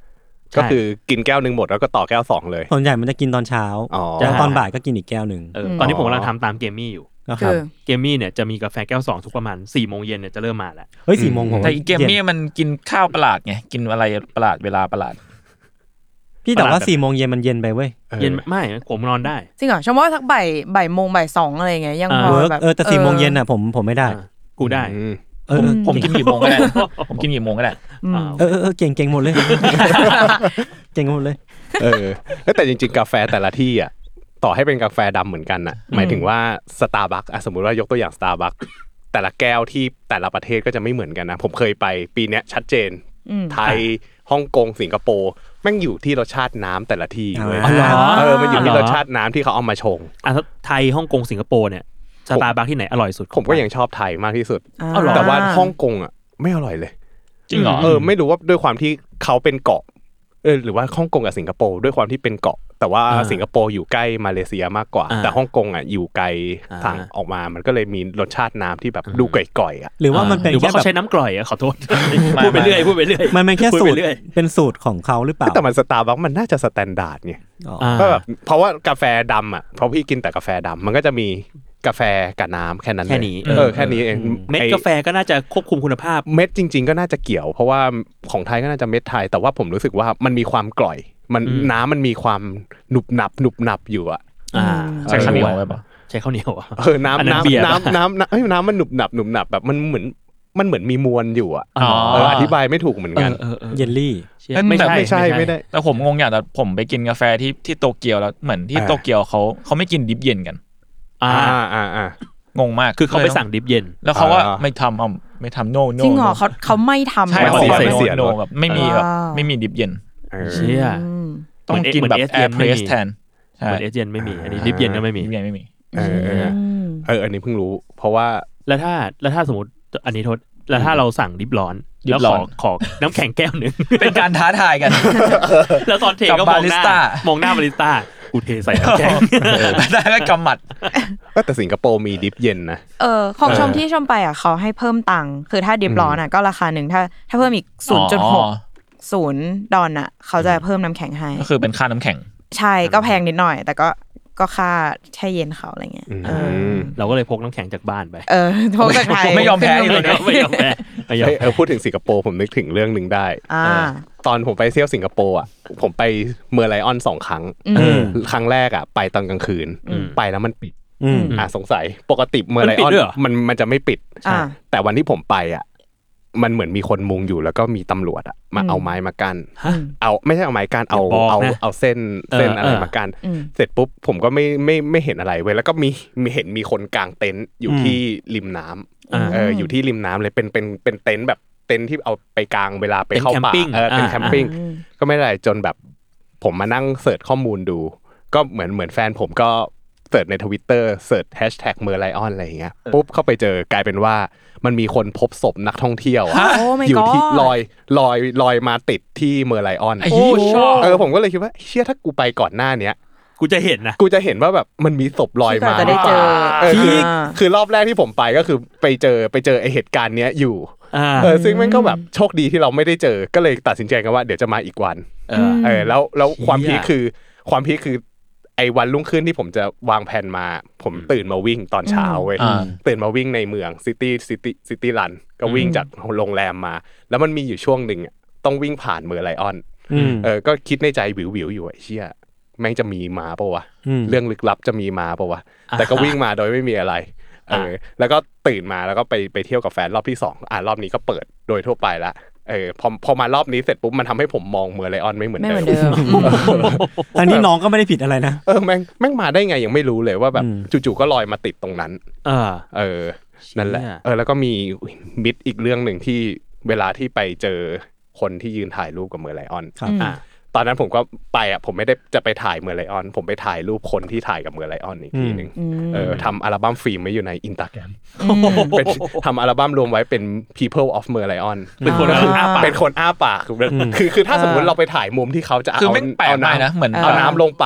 ก็คือกินแก้วนึงหมดแล้วก็ต่อแก้วสองเลยส่วนใหญ่มันจะกินตอนเช้าแล้วตอนบ่ายก็กินอีกแก้วนึงตอนนี้ผมกำลังทำตามเกมมี่อยู่ครับเกมมี่เนี่ยจะมีกาแฟแก้วสองทุกประมาณสี่โมงเย็นเนี่ยจะเริ่มมาแล้วเฮ้ยสี่โมงผมแต่เกมมี่มันกินข้าวประหลาดไงกินอะไรประหลาดเวลาประหลาดพี่แต่ว่าสี่โมงเย็นมันเย็นไปเว้ยเย็นไม่ผมนอนได้จริงเหรอชั่วโมงสักบ่ายบ่ายโมงบ่ายสองอะไรเงี้ยยังพอแบบเออแต่สี่โมงเย็นอ่ะผมผมไม่ได้กูได้ผมผมกินกี่โมงก็ได้ผมกินกี่โมงก็ได้เออเออเก่งเก่งหมดเลยเก่งหมดเลยเออแต่จริงๆกาแฟแต่ละที่อ่ะต่อให้เป็นกาแฟดำเหมือนกันน่ะหมายถึงว่า Starbucks อ่ะสมมุติว่ายกตัวอย่าง Starbucks แต่ละแก้วที่แต่ละประเทศก็จะไม่เหมือนกันนะผมเคยไปปีเนี้ยชัดเจนไทยฮ่องกงสิงคโปร์แม่งอยู่ที่รสชาติน้ำแต่ละที่เว้ยเออมันอยู่ที่รสชาติน้ำที่เขาเอามาชงอ่ะไทยฮ่องกงสิงคโปร์เนี่ยสตาร์บัคที่ไหนอร่อยสุดผมก็ยังชอบไทยมากที่สุดแต่ว่าฮ่องกงอ่ะไม่อร่อยเลยจริงเหรอเออไม่รู้ว่าด้วยความที่เขาเป็นเกาะเออหรือว่าฮ่องกงกับสิงคโปร์ด้วยความที่เป็นเกาะแต่ว่าสิงคโปร์อยู่ใกล้มาเลเซียมากกว่าแต่ฮ่องกงอ่ะอยู่ไกลทางออกมามันก็เลยมีรสชาติน้ำที่แบบดูก่อยๆอ่ะหรือว่ามันเป็นหรือว่าเขาใช้น้ำกร่อยอ่ะขอโทษพูดไปเรื่อยพูดไปเรื่อยมันเป็นแค่สูตรเป็นสูตรของเขาหรือเปล่าแต่มันสตาร์บัคมันน่าจะสแตนดาร์ดไงก็แบบเพราะว่ากาแฟดำอ่ะเพราะพี่กินแต่กาแฟดำมันก็จะมีกาแฟกับน้ำแค่นั้นแค่นี้เออแค่นี้เองเม็ดกาแฟก็น่าจะควบคุมคุณภาพเม็ดจริงๆก็น่าจะเกี่ยวเพราะว่าของไทยก็น่าจะเม็ดไทยแต่ว่าผมรู้สึกว่ามันมีความกร่อยมันน้ำมันมีความหนุบหนับหนุบหนับอยู่อ่ะใช้ข้าวเหนียวไว้ป่ะใช้ข้าวเหนียวอ่ะเออน้ำน้ำน้ำน้ำเฮ้ยน้ำมันหนุบหนับหนุบหนับแบบมันเหมือนมันเหมือนมีมวลอยู่อ่ะเอออธิบายไม่ถูกเหมือนกันเยลลี่ไม่ใช่ไม่ใช่ไม่ได้แต่ผมงงอย่างแต่ผมไปกินกาแฟที่ที่โตเกียวแล้วเหมือนที่โตเกียวเขาเขาไม่กินดิบเย็นกันอ่าอ่าอ่างงมากคือเขาไปสั่งดิบเย็นแล้วเขาว่าไม่ทำเอาไม่ทำโน่โน่จริงเหรอเขาเขาไม่ทำใช่เขาไม่เสียโน่แบบไม่มีแบบไม่มีดิบเย็นเชี่ยต้องกินแบบแอร์เพรสแทนเหมือนเอสเย็นไม่มีอันนี้ดิบเย็นก็ไม่มีดิบเย็นไม่มีเออเอออันนี้เพิ่งรู้เพราะว่าแล้วถ้าแล้วถ้าสมมติอันนี้โทษแล้วถ้าเราสั่งดิบร้อนแล้วขอขอน้ำแข็งแก้วนึงเป็นการท้าทายกันแล้วตอนเทก็มองหน้ามองหน้าบาริสต้ากูเทใส่น้ำแข็งได้ก็กำหมัดแต่สิงคโปร์มีดิฟเย็นนะเออของชมที่ชมไปอ่ะเขาให้เพิ่มตังค์คือถ้าดิฟร้อนอ่ะก็ราคาหนึ่งถ้าถ้าเพิ่มอีก ศูนย์จุดหก ศูนย์ดอลอ่ะเขาจะเพิ่มน้ำแข็งให้ก็คือเป็นค่าน้ำแข็งใช่ก็แพงนิดหน่อยแต่ก็ก็ค่าแช่เย็นเขาอะไรเงี้ยเออเราก็เลยพกน้ำแข็งจากบ้านไปเออพกจากไทยไม่ยอมแพ้เลยไม่ยอมแพ้เออพูดถึงสิงคโปร์ผมนึกถึงเรื่องนึงได้ตอนผมไปเที่ยวสิงคโปร์อ่ะผมไปเมอร์ไลออนสองครั้งครั้งแรกอ่ะไปตอนกลางคืนไปแล้วมันปิดอ่าสงสัยปกติเมอร์ไลออนมันมันจะไม่ปิดแต่วันที่ผมไปอ่ะมันเหมือนมีคนมุงอยู่แล้วก็มีตำรวจอ่ะมาเอาไม้มากั้นเอาไม่ใช่เอาไม้กั้นเอาเอาเอาเส้นเส้นอะไรมากั้นเสร็จปุ๊บผมก็ไม่ไม่ไม่เห็นอะไรเว้ยแล้วก็มีมีเห็นมีคนกางเต็นท์อยู่ที่ริมน้ำเอออยู่ที่ริมน้ำเลยเป็นเป็นเป็นเต็นท์แบบเต็นท์ที่เอาไปกางเวลาไปเข้าป่าเออเป็นแคมปิ้งก็ไม่ได้จนแบบผมมานั่งเสิร์ชข้อมูลดูก็เหมือนเหมือนแฟนผมก็เสิร์ชใน Twitter เสิร์ชแฮชแท็กเมอร์ไลออนอะไรอย่างเงี้ยปุ๊บเข้าไปเจอกลายเป็นว่ามันมีคนพบศพนักท่องเที่ยวอยู่ที่ลอยลอยลอยมาติดที่เมอร์ไลออนเออผมก็เลยคิดว่าเชี่ยถ้ากูไปก่อนหน้าเนี้ยกูจะเห็นนะกูจะเห็นว่าแบบมันมีศพลอยมาจะได้เจอคือคือรอบแรกที่ผมไปก็คือไปเจอไปเจอไอเหตุการณ์เนี้ยอยู่เออซึ่งมันก็แบบโชคดีที่เราไม่ได้เจอก็เลยตัดสินใจกันว่าเดี๋ยวจะมาอีกวันเออแล้วแล้วความพีคคือความพีคคือไอ้วันรุ่งขึ้นที่ผมจะวางแผนมาผมตื่นมาวิ่งตอนเช้าเว้ยตื่นมาวิ่งในเมืองซิตี้ซิตี้ซิตี้รันก็วิ่งจากโรงแรมมาแล้วมันมีอยู่ช่วงหนึ่งต้องวิ่งผ่านเมอร์ไลออนเออก็คิดในใจวิววิวอยู่ไอ้เชี่ยแม่งจะมีมาปะวะเรื่องลึกลับจะมีมาปะวะแต่ก็วิ่งมาโดยไม่มีอะไรเออแล้วก็ตื่นมาแล้วก็ไปไปเที่ยวกับแฟนรอบที่สองอ่ะรอบนี้ก็เปิดโดยทั่วไปละเออพอพอมารอบนี้เสร็จปุ๊บมันทำให้ผมมองเมอร์ไลออนไม่เหมือนเดิมทั้งนี้น้องก็ไม่ได้ผิดอะไรนะเออแม่งแม่งมาได้ไงยังไม่รู้เลยว่าแบบจู่ๆก็ลอยมาติดตรงนั้นเออเออนั่นแหละเออแล้วก็มีมิตรอีกเรื่องหนึ่งที่เวลาที่ไปเจอคนที่ยืนถ่ายรูปกับเมอร์ไลออนอ่าตอนนั้นผมก็ไปอ่ะผมไม่ได้จะไปถ่ายเมอร์ไลออนผมไปถ่ายรูปคนที่ถ่ายกับเมอร์ไลออนอีกทีนึงเออทำอัลบั้มฟิล์มไว้อยู่ใน Instagram เป็นทำอัลบั้มรวมไว้เป็น People of Merlion เป็นคนอ้าปากเป็นคนอ้าปากคือคือถ้าสมมติเราไปถ่ายมุมที่เขาจะเอาเอาน้ำนะเหมือนเอาน้ำลงปากอ่ะ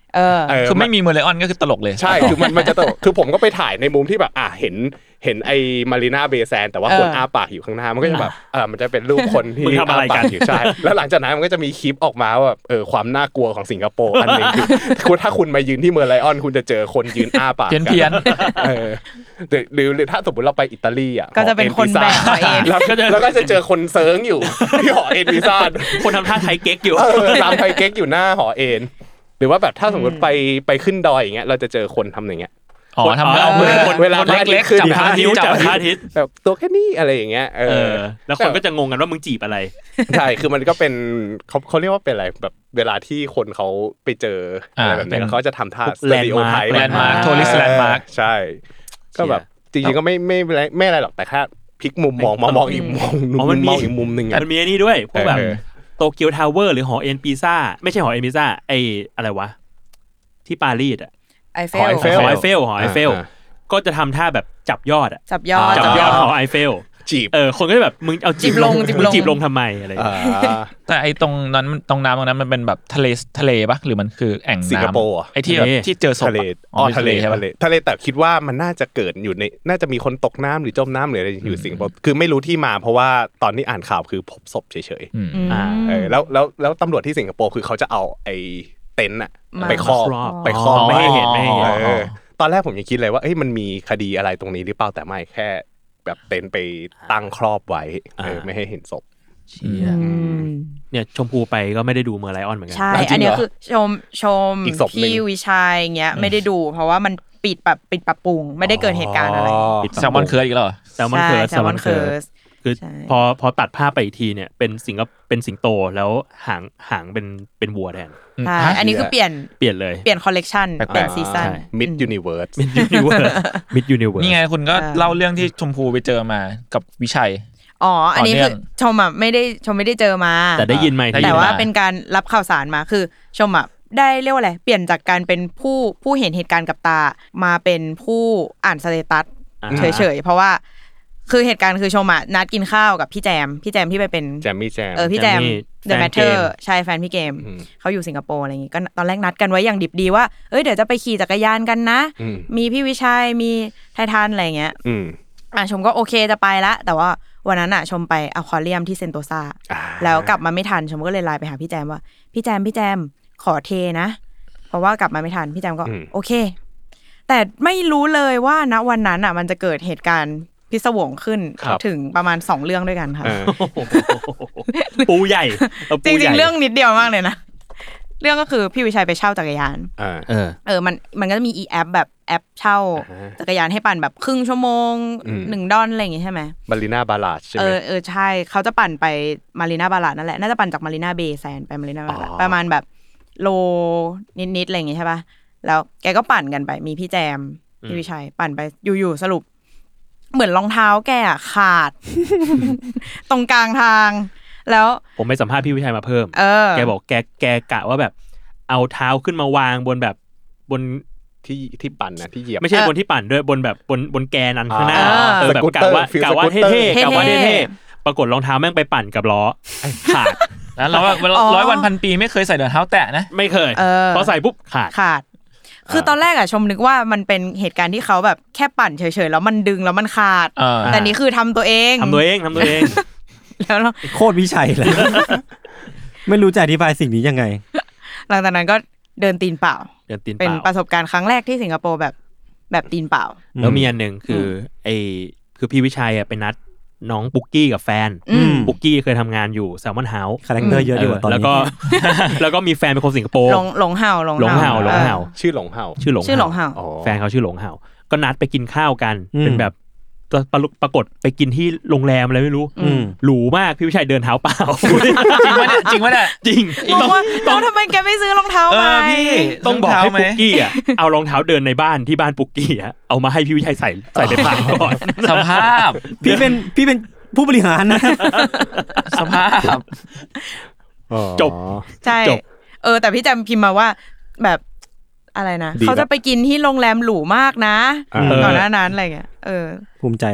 เออคือไม่มีเมอร์ไลออนก็คือตลกเลยใช่คือมันมันจะตลกคือผมก็ไปถ่ายในมุมที่แบบอ่ะเห็นเห็นไอ้มารีนาเบย์แซนแต่ว่าคนอ้าปากอยู่ข้างหน้ามันก็จะแบบเออมันจะเป็นรูปคนที่อ้าปากอยู่ใช่แล้วหลังจากนั้นมันก็จะมีคลิปออกมาว่าเออความน่ากลัวของสิงคโปร์อันนึงคือคุณถ้าคุณมายืนที่เมอร์ไลออนคุณจะเจอคนยืนอ้าปากเพี้ยนเออหรือหรือถ้าสมมติเราไปอิตาลีอ่ะก็จะเป็นคนแบกหอเอ็นแล้วก็จะเจอคนเซิร์งอยู่ที่หอเอ็นพิซซ่าคนทำท่าไทยเก๊กอยู่เออทำไทยเก๊กอยู่หน้าหอเอ็นหรือว่าแบบถ้าสมมติไปไปขึ้นดอยอย่างเงี้ยเราจะเจอคนทำอย่างเงี้ยอ๋อทำเอามือเวลาเล็กๆจับพระอาทิตย์จับพระอาทิตย์แบบตัวแค่นี้อะไรอย่างเงี้ยเออแล้วคนก็จะงงกันว่ามึงจีบอะไรใช่คือมันก็เป็นเขาเขาเรียกว่าเป็นอะไรแบบเวลาที่คนเขาไปเจออะไรแบบนี้เขาจะทำท่าแลนด์มาร์คแลนด์มาร์คทัวริสต์แลนด์มาร์คใช่ก็แบบจริงๆก็ไม่ไม่ไม่อะไรหรอกแต่แค่พลิกมุมมองมามองอีกมุมนึงมองอีกมุมนึงมันมีอันนี้ด้วยพวกแบบโตเกียวทาวเวอร์หรือหอเอ็นพิซซ่าไม่ใช่หอเอ็นพิซซ่าไออะไรวะที่ปารีสอ่ะไอเฟลหอไอเฟลหอไอเฟลหอไอเฟลก็จะทำท่าแบบจับยอดอ่ะจับยอดจับยอดหอไอเฟลจีบเออคนก็จะแบบมึงเอาจีบลงมึงจีบลงทำไมอะไรแต่ไอตรงนั้นตรงน้ำตรงนั้นมันเป็นแบบทะเลทะเลปะหรือมันคือแอ่งน้ำสิงคโปร์ไอที่ที่เจอศพทะเลอ๋อทะเลทะเลทะเลแต่คิดว่ามันน่าจะเกิดอยู่ในน่าจะมีคนตกน้ำหรือจมน้ำหรืออะไรอยู่สิงคโปร์คือไม่รู้ที่มาเพราะว่าตอนนี้อ่านข่าวคือพบศพเฉยๆอ่าเออแล้วแล้วแล้วตำรวจที่สิงคโปร์คือเขาจะเอาไอเต็นท์อะไปครอบไปครอบไม่ให้เห็นไม่ให้เห็นตอนแรกผมยังคิดเลยว่าเอ้ยมันมีคดีอะไรตรงนี้หรือเปล่าแต่ไม่แค่แบบเต็นท์ไปตั้งครอบไว้เออไม่ให้เห็นศพเชี่ยเนี่ยชมพูไปก็ไม่ได้ดูเมอร์ไลออนเหมือนกันใช่อันนี้คือชมชมพี่วิชัยเงี้ยไม่ได้ดูเพราะว่ามันปิดแบบปิดปรับปรุงไม่ได้เกิดเหตุการณ์อะไรแซลมอนเคิร์สอีกแล้วแซลมอนเคิร์สแซลมอนเคิร์สคือพอพอตัดภาพไปอีกทีเนี่ยเป็นสิงก็เป็นสิงโตแล้วหางหางเป็นเป็นวัวแทนใช่อันนี้คือเปลี่ยนเปลี่ยนเลยเปลี่ยนคอลเลกชันเปลี่ยนซีซั่น Mid Universe Mid Universe Mid Universe นี่ไงคุณก็เล่าเรื่องที่ชมพูไปเจอมากับวิชัยอ๋ออันนี้คือชมอ่ะไม่ได้ชมไม่ได้เจอมาแต่ได้ยินไหมแต่ว่าเป็นการรับข่าวสารมาคือชมอ่ะได้เรียกว่าอะไรเปลี่ยนจากการเป็นผู้ผู้เห็นเหตุการณ์กับตามาเป็นผู้อ่านสเตตัสเฉยๆเพราะว่าคือเหตุการณ์คือชมอ่ะนัดกินข้าวกับพี่แจมพี่แจมที่ไปเป็นแจมมี่แจมเออพี่แจม The Matter ใช่แฟนพี่เกมเขาอยู่สิงคโปร์อะไรอย่างงี้ก็ตอนแรกนัดกันไว้อย่างดิบดีว่าเอ้ยเดี๋ยวจะไปขี่จักรยานกันนะมีพี่วิชัยมีไททันอะไรเงี้ยอ่ะชมก็โอเคจะไปละแต่ว่าวันนั้นอ่ะชมไปอควาเรียมที่เซนโตซาแล้วกลับมาไม่ทันชมก็เลยไลน์ไปหาพี่แจมว่าพี่แจมพี่แจมขอเทนะเพราะว่ากลับมาไม่ทันพี่แจมก็โอเคแต่ไม่รู้เลยว่าณวันนั้นอ่ะมันจะเกิดเหตุการณ์พิศวงขึ้นถึงประมาณสองเรื่องด้วยกันค่ะปูใหญ่จริงๆเรื่องนิดเดียวมากเลยนะเรื่องก็คือพี่วิชัยไปเช่าจักรยานเออเออมันมันก็จะมีอีแอปแบบแอปเช่าจักรยานให้ปั่นแบบครึ่งชั่วโมงหนึ่งดอนอะไรอย่างงี้ใช่ไหมมารีนาบาลาดใช่ไหมเออเออใช่เขาจะปั่นไปมารีนาบาลาดนั่นแหละน่าจะปั่นจากมารีนาเบย์แซนไปมารีนาบาลาดประมาณแบบโลนิดๆอะไรอย่างงี้ใช่ป่ะแล้วแกก็ปั่นกันไปมีพี่แจมพี่วิชัยปั่นไปอยู่ๆสรุปเหมือนรองเท้าแกอ่ะขาด ตรงกลางทางแล้วผมไปสัมภาษณ์พี่วิชัยมาเพิ่มแกบอกแกแกกะว่าแบบเอาเท้าขึ้นมาวางบนแบบบนที่ที่ปั่นนะที่เหยียบไม่ใช่บนที่ปั่นด้วยบนแบบบนบนแกนั้นข้างหน้าเออแบบกะว่ากะว่าเท่ๆกะว่าเท่ๆปรากฏรองเท้าแม่งไปปั่นกับล้อขาดแล้วเราร้อยวันพันปีไม่เคยใส่รองเท้าแตะนะไม่เคยพอใส่ปุ๊บขาดขาดคือตอนแรกอะชมนึกว่ามันเป็นเหตุการณ์ที่เขาแบบแค่ปั่นเฉยๆแล้วมันดึงแล้วมันขาดแต่นี่คือทำตัวเองทำตัวเองทำตัวเองแล้วโคตรวิชัยเลยไม่รู้จะอธิบายสิ่งนี้ยังไงหลังจากนั้นก็เดินตีนเปล่าเดินตีนเปล่าเป็นประสบการณ์ครั้งแรกที่สิงคโปร์แบบแบบตีนเปล่าแล้วมีอันหนึ่งคือไอคือพี่วิชัยอะไปนัดน้องปุ๊กกี้กับแฟนปุ๊กกี้เคยทำงานอยู่แซลมอนเฮาส์คาแรคเตอร์เยอะดีกว่าตอนนี้แล้วก็แล้วก็มีแฟนเป็นคนสิงคโปร์หลงหลงเห่าหลงเห่าหลงเห่าชื่อหลงเห่าชื่อหลงชื่อหลงเห่าแฟนเขาชื่อหลงเห่าก็นัดไปกินข้าวกันเป็นแบบปรากฏไปกินที่โรงแรมอะไรไม่รู้หรูมากพี่วิชัยเดินเท้าเปล่าจริงวะเนี่ยจริงวะเนี่ยจริงต้องต้องทำไมแกไม่ซื้อรองเท้ามาพี่ต้องบอกให้ปุ๊กกี้อ่ะเอารองเท้าเดินในบ้านที่บ้านปุ๊กกี้อ่ะเอามาให้พี่วิชัยใส่ใส่ไปผ่านก่อนสภาพพี่เป็นพี่เป็นผู้บริหารนะสภาพจบใช่เออแต่พี่จำพิมพ์มาว่าแบบอะไรนะเขาจะไปกินที่โรงแรมหรูมากนะก่อนหน้านั้นอะไรเงี้ยเออภูมิใจว่ะ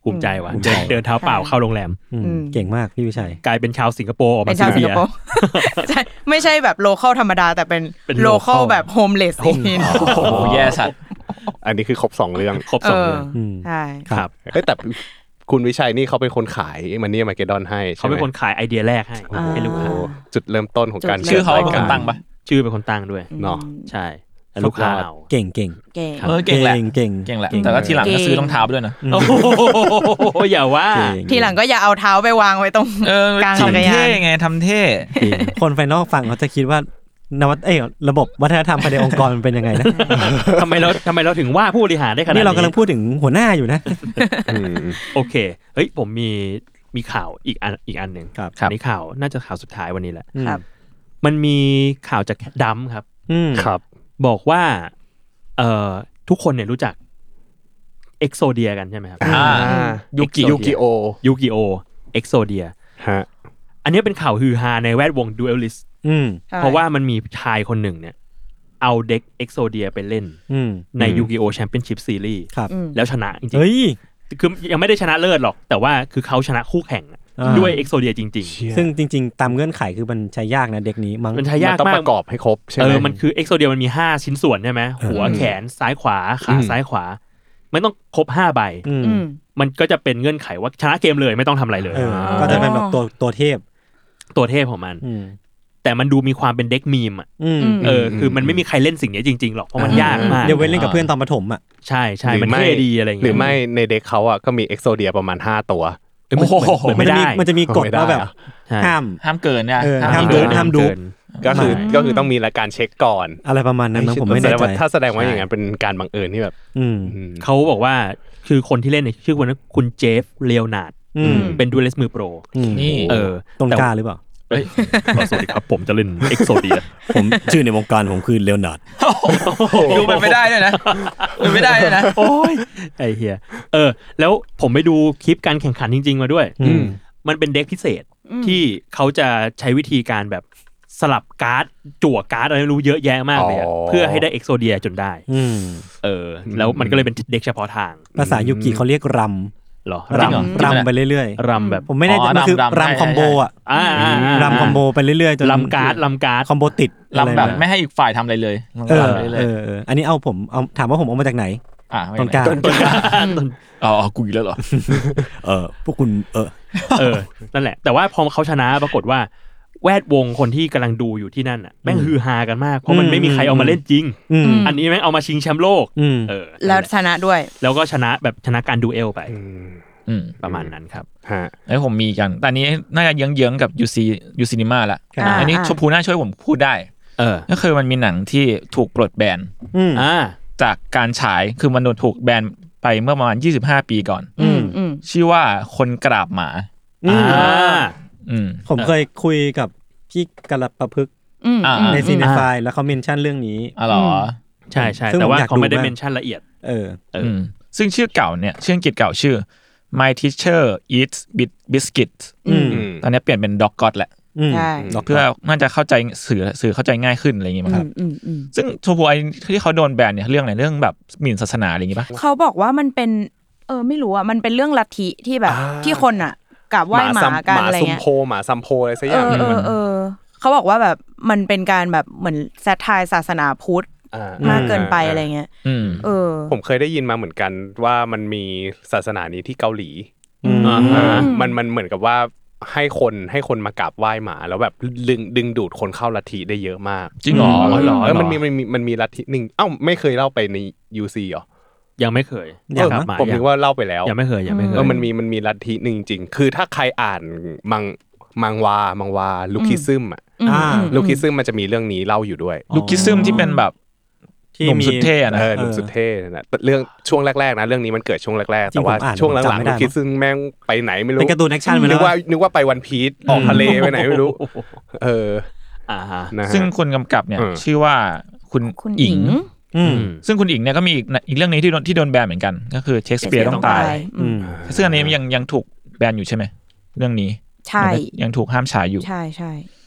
ภูมิใจว่ะเดินเท้าเปล่าเข้าโรงแรมเก่งมากพี่วิชัยกลายเป็นชาวสิงคโปร์ออกมาซื้อเบียร์ใช่ไม่ใช่แบบโลคอลธรรมดาแต่เป็นโลคอลแบบโฮมเลสอีกทีโอ้โหแย่สัตว์อันนี้คือครบสองเรื่องครบสองเรื่องใช่ครับเฮ้ยแต่คุณวิชัยนี่เขาเป็นคนขายมันนี่มาเกดอนให้เขาเป็นคนขายไอเดียแรกให้ให้ลูกค้าจุดเริ่มต้นของการชื่อเขาเป็นคนตั้งปะชื่อเป็นคนตั้งด้วยเนาะใช่ลูกค้าเอาเก่งเก่งเก่งเออเก่งแหละเก่งเก่งแหละแต่ก็ทีหลังก็ซื้อรองเท้าด้วยนะโอ้โหอย่าว่าทีหลังก็อย่าเอาเท้าไปวางไว้ตรงกลางจักรยานเท่ไงทำเท่คนภายนอกฟังเขาจะคิดว่านวัตเอ้ระบบวัฒนธรรมภายในองค์กรมันเป็นยังไงนะทำไมเราทำไมเราถึงว่าผู้บริหารได้ขนาดนี้นี่เรากำลังพูดถึงหัวหน้าอยู่นะโอเคเฮ้ยผมมีมีข่าวอีกอันอีกอันหนึ่งอันนี้ข่าวน่าจะข่าวสุดท้ายวันนี้แหละมันมีข่าวจากดัมครับครับบอกว่าเอ่อทุกคนเนี่ยรู้จักเอ็กโซเดียกันใช่ไหมครับยูกิยูกิโอยูกิโอเอ็กโซเดียฮะอันนี้เป็นข่าวฮือฮาในแวดวงดูเอลิสเพราะว่ามันมีชายคนหนึ่งเนี่ยเอาเด็กเอ็กโซเดียไปเล่นในยูกิโอแชมเปี้ยนชิพซีรีส์แล้วชนะจริงๆคือยังไม่ได้ชนะเลิศหรอกแต่ว่าคือเขาชนะคู่แข่งด้วยเอ็กโซเดียจริงๆซึ่งจริงๆตามเงื่อนไขคือมันใช้ยากนะเด็กนี้มันใช้ยากมากต้องประกอบให้ครบใช่ไหมเออมันคือเอ็กโซเดียมันมีห้าชิ้นส่วนใช่ไหมหัวแขนซ้ายขวาขาซ้ายขวาไม่ต้องครบห้าใบมันก็จะเป็นเงื่อนไขว่าชนะเกมเลยไม่ต้องทำอะไรเลยก็จะเป็นแบบตัวตัวเทพตัวเทพของมันแต่มันดูมีความเป็นเด็กมีมอ่ะเออคือมันไม่มีใครเล่นสิ่งนี้จริงๆหรอกเพราะมันยากมากเดี๋ยวเว้นเล่นกับเพื่อนตอนประถมอ่ะใช่ใช่มันเท่ดีอะไรอย่างเงี้ยหรือไม่ในเด็กเขาอ่ะก็มีเอ็กโซเดียประมาณห้าตัวโอ้โหมันจะมีมันจะมีกฎว่าแบบห้ามห้ามเกินเนี่ยห้ามเกินห้ามดูก็คือก็คือต้องมีรายการเช็คก่อนอะไรประมาณนั้นผมไม่แน่ใจถ้าแสดงว่าอย่างนั้นเป็นการบังเอิญที่แบบเขาบอกว่าคือคนที่เล่นเนี่ยชื่อคนนั้นคุณเจฟเลโอนาร์ดเป็นดูเอลิสมือโปรนี่เออตรงกล้าหรือเปล่าเอ้ยสวัสดีครับผมจะเล่นเอ็กโซเดียผมชื่อในวงการผมคือเลโอนาร์ดดูไปไม่ได้ด้วยนะดูไม่ได้ด้วยนะโอ้ยไอ้เหี้ยเออแล้วผมไปดูคลิปการแข่งขันจริงๆมาด้วยมันเป็นเด็กพิเศษที่เขาจะใช้วิธีการแบบสลับการ์ดจั่วการ์ดอะไรไม่รู้เยอะแยะมากเลยเพื่อให้ได้เอ็กโซเดียจนได้เออแล้วมันก็เลยเป็นเด็กเฉพาะทางภาษายูกิเขาเรียกรำหรอรำรำไปเรื่อยๆรำแบบผมไม่ได้มันคือรำคอมโบอ่ะรำคอมโบไปเรื่อยๆจนรำการ์ดรำการ์ดคอมโบติดรำแบบไม่ให้อีกฝ่ายทำอะไรเลยเออเอออันนี้เอาผมเอาถามว่าผมเอามาจากไหนต้นกล้าต้นกล้าอ๋อกูอีกแล้วเหรอเออพวกคุณเออเออนั่นแหละแต่ว่าพอเขาชนะปรากฏว่าแวดวงคนที่กำลังดูอยู่ที่นั่นอ่ะแม่งฮือฮากันมากเพราะมันไม่มีใครเอามาเล่นจริงอันนี้แม่งเอามาชิงแชมป์โลกเออแล้วชนะด้วยแล้วก็ชนะแบบชนะการดูเอลไปประมาณนั้นครับฮะแล้วผมมีกันแต่นี้น่าจะเยื้องๆกับ ยู ซี ยู Cinema ละอันนี้ชมพูน่าช่วยผมพูดได้เออก็คือมันมีหนังที่ถูกปลดแบนอ่าจากการฉายคือมันโดนถูกแบนไปเมื่อประมาณยี่สิบห้าปีก่อนชื่อว่าคนกราบหมาอ่าผมเคยคุยกับพี่กระประพฤกษ์ในซีเนฟายแล้วเขาเมนชั่นเรื่องนี้อ๋อเหรอใช่ใช่แต่ว่าเขาไม่ได้เมนชั่นละเอียดเออเออซึ่งชื่อเก่าเนี่ยชื่ออังกฤษเก่าชื่อ My Teacher Eats Biscuits ตอนนี้เปลี่ยนเป็น Dog God แหละเพื่อน่าจะเข้าใจสื่อสื่อเข้าใจง่ายขึ้นอะไรอย่างงี้มั้งครับซึ่งโชพูไอที่เขาโดนแบนเนี่ยเรื่องอะไรเรื่องแบบหมิ่นศาสนาอะไรอย่างงี้ป่ะเขาบอกว่ามันเป็นเออไม่รู้อ่ะมันเป็นเรื่องลัทธิที่แบบที่คนอ่ะกราบไหว้หมากันอะไรเงี้ยหมาซุมโพหมาซัมโพอะไรสักอย่างเออเออเขาบอกว่าแบบมันเป็นการแบบเหมือนแซทไทร์ศาสนาพุทธมากเกินไปอะไรเงี้ยเออผมเคยได้ยินมาเหมือนกันว่ามันมีศาสนานี้ที่เกาหลีมันมันเหมือนกับว่าให้คนให้คนมากราบไหว้หมาแล้วแบบดึงดึงดูดคนเข้าลัทธิได้เยอะมากจริงเหรอเหรอแล้วมันมีมันมีมันมีลัทธินึงเอ้าไม่เคยเล่าไปใน ยู ซี เหรอยังไม่เคยผมนึกว่าเล่าไปแล้วยังไม่เคยยังไม่เคยเออมันมีมันมีลัทธินึงจริงคือถ้าใครอ่านมังมังวามังวาลูคิซึมอ่ะลูคิซึมมันจะมีเรื่องนี้เล่าอยู่ด้วยลูคิซึมที่เป็นแบบหนุ่มสุดเท่นะเออหนุ่มสุดเท่นะเรื่องช่วงแรกๆนะเรื่องนี้มันเกิดช่วงแรกๆแต่ว่าช่วงหลังๆลูคิซึมแม่งไปไหนไม่รู้เป็นการ์ตูนแอคชั่นไปแล้วนึกว่านึกว่าไปวันพีซออกทะเลไปไหนไม่รู้เอออ่าฮะซึ่งคนกำกับเนี่ยชื่อว่าคุณอิงซึ่งคุณอิงเนี่ยก็มีอีกอีกเรื่องนี้ที่โดนที่โดนแบนเหมือนกันก็คือเชคสเปียร์ต้องตายซึ่งอันนี้ยังยังถูกแบนอยู่ใช่ไหมเรื่องนี้ใช่ยังถูกห้ามฉายอยู่ใช่ใช่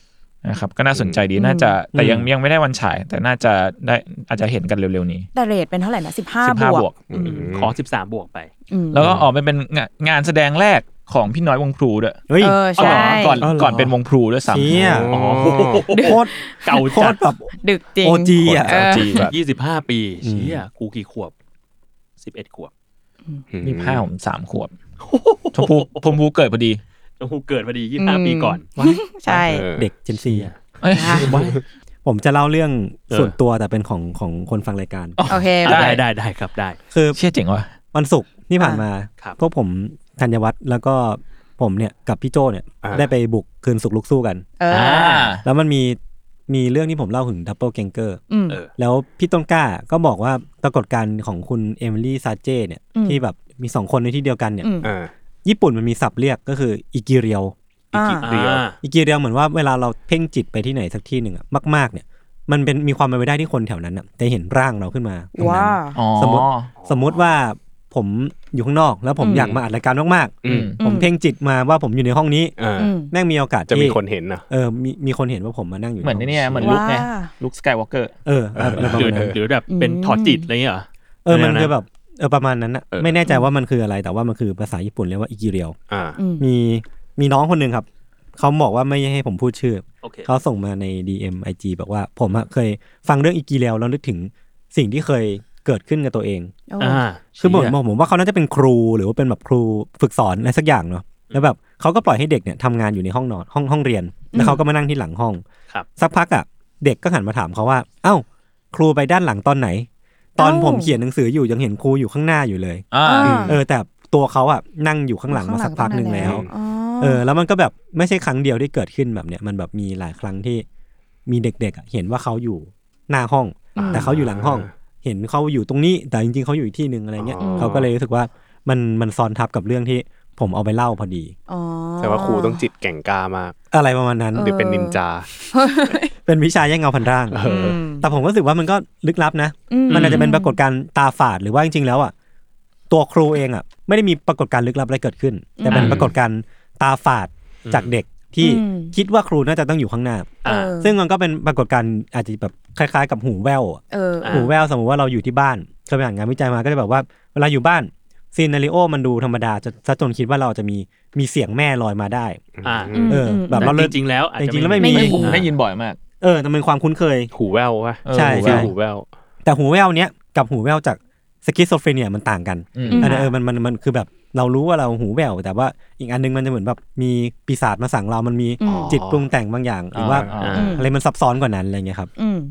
นะครับก็น่าสนใจดีน่าจะแต่ยังยังไม่ได้วันฉายแต่น่าจะได้อาจจะเห็นกันเร็วๆนี้แต่เรทเป็นเท่าไหร่นะสิบห้าบวกขอสิบสามบวกไปแล้วก็ออกไปเป็นงานแสดงแรกของพี่น้อยวงพลูด้วยเออใช่ก่อนก่อนเป็นวงพลูด้วยซ้ำอ๋อโคตรเก่าจัดแบบดึกจริงโอ จี อ่ะยี่สิบห้าปีเชี่ยกูกี่ขวบสิบเอ็ดขวบยี่สิบห้าผมสามขวบชมพูชมพูเกิดพอดีชมพูเกิดพอดียี่สิบห้าปีก่อนใช่เด็กเจนซีอ่ะผมจะเล่าเรื่องส่วนตัวแต่เป็นของของคนฟังรายการโอเคได้ได้ได้ครับได้คือเชี่ยเจ๋งว่ะวันศุกร์ที่ผ่านมาพวกผมธัญวัฒน์แล้วก็ผมเนี่ยกับพี่โจเนี่ยได้ไปบุกคืนสุขลุกสู้กันแล้วมันมีมีเรื่องที่ผมเล่าถึงดับเบิลแกงเกอร์แล้วพี่ต้นกล้าก็บอกว่าปรากฏการณ์ของคุณเอมิลี่ซาเจ้เนี่ยที่แบบมีสองคนในที่เดียวกันเนี่ยญี่ปุ่นมันมีศัพท์เรียกก็คืออิกิเรียวอิกิเรียวอิกิเรียวเหมือนว่าเวลาเราเพ่งจิตไปที่ไหนสักที่หนึ่งอะมากๆเนี่ยมันเป็นมีความเป็นไปได้ที่คนแถวนั้นอะจะเห็นร่างเราขึ้นมาตรงนั้นสมมติสมมติว่าผมอยู่ข้างนอกแล้วผมอยากมาอัดรายการมากๆผมเพ่งจิตมาว่าผมอยู่ในห้องนี้แม่งมีโอกาสจะมีคนเห็นนะเออมีมีคนเห็นว่าผมมานั่งอยู่เหมือนนี่เหมือนลุกไงลุกสกายวอล์กเกอร์เออหรือหรือแบบเป็นถอดจิตอะไรเงี้ยเออมันคือแบบเออประมาณนั้นอะไม่แน่ใจว่ามันคืออะไรแต่ว่ามันคือภาษาญี่ปุ่นเรียกว่าอิกิเรียวมีมีน้องคนนึงครับเขาบอกว่าไม่ให้ผมพูดชื่อเขาส่งมาใน ดี เอ็ม ไอ จี บอกว่าผมเคยฟังเรื่องอิกิเรียวแล้วนึกถึงสิ่งที่เคยเกิดขึ้นกับตัวเองคือผมผมว่าเขาน่าจะเป็นครูหรือว่าเป็นแบบครูฝึกสอนอะไรสักอย่างเนาะแล้วแบบเขาก็ปล่อยให้เด็กเนี่ยทำงานอยู่ในห้องนอนห้องห้องเรียนแล้วเขาก็มานั่งที่หลังห้องสักพักอ่ะเด็กก็หันมาถามเขาว่าเอ้าครูไปด้านหลังตอนไหนตอนผมเขียนหนังสืออยู่ยังเห็นครูอยู่ข้างหน้าอยู่เลยเออแต่ตัวเขาอ่ะนั่งอยู่ข้างหลังมาสักพักนึงแล้วเออแล้วมันก็แบบไม่ใช่ครั้งเดียวที่เกิดขึ้นแบบเนี้ยมันแบบมีหลายครั้งที่มีเด็กๆเห็นว่าเขาอยู่หน้าห้องแต่เขาอยู่หลังห้องเห็นเขาอยู่ตรงนี้แต่จริงๆเขาอยู่อีกที่นึงอะไรเงี้ยเขาก็เลยรู้สึกว่ามันมันซ้อนทับกับเรื่องที่ผมเอาไปเล่าพอดีแต่ว่าครูต้องจิตแก่งกล้ามากอะไรประมาณนั้นหรือเป็นนินจาเป็นวิชาแย่งเงาพันร่างแต่ผมก็รู้สึกว่ามันก็ลึกลับนะมันอาจจะเป็นปรากฏการณ์ตาฝาดหรือว่าจริงๆแล้วอ่ะตัวครูเองอ่ะไม่ได้มีปรากฏการณ์ลึกลับอะไรเกิดขึ้นแต่เป็นปรากฏการณ์ตาฝาดจากเด็กที่คิดว่าครูน่าจะต้องอยู่ข้างหน้าซึ่งมันก็เป็นปรากฏการณ์อาจจะแบบคล้ายๆกับหูแว่วหูแว่วสมมติว่าเราอยู่ที่บ้านเคยไปอ่านงานวิจัยมาก็จะแบบว่าเวลาอยู่บ้านซีนาริโอมันดูธรรมดาจะจนคิดว่าเราจะมีมีเสียงแม่ลอยมาได้เออแบบเราจริงๆแล้วจริงๆแล้วไม่มีผมได้ยินบ่อยมากเออแต่เป็นความคุ้นเคยหูแว่วป่ะใช่ใช่หูแว่วแต่หูแว่วเนี้ยกับหูแว่วจากสคิสโซเฟเนียมันต่างกันอันนี้เออมันมันมันคือแบบเรารู้ว่าเราหูแว่วแต่ว่าอีกอันนึงมันจะเหมือนแบบมีปีศาจมาสั่งเรามันมีจิตปรุงแต่งบางอย่างหรือว่าอะไรมันซับซ้อนกว่านั้นอะไรเงี้ยครับ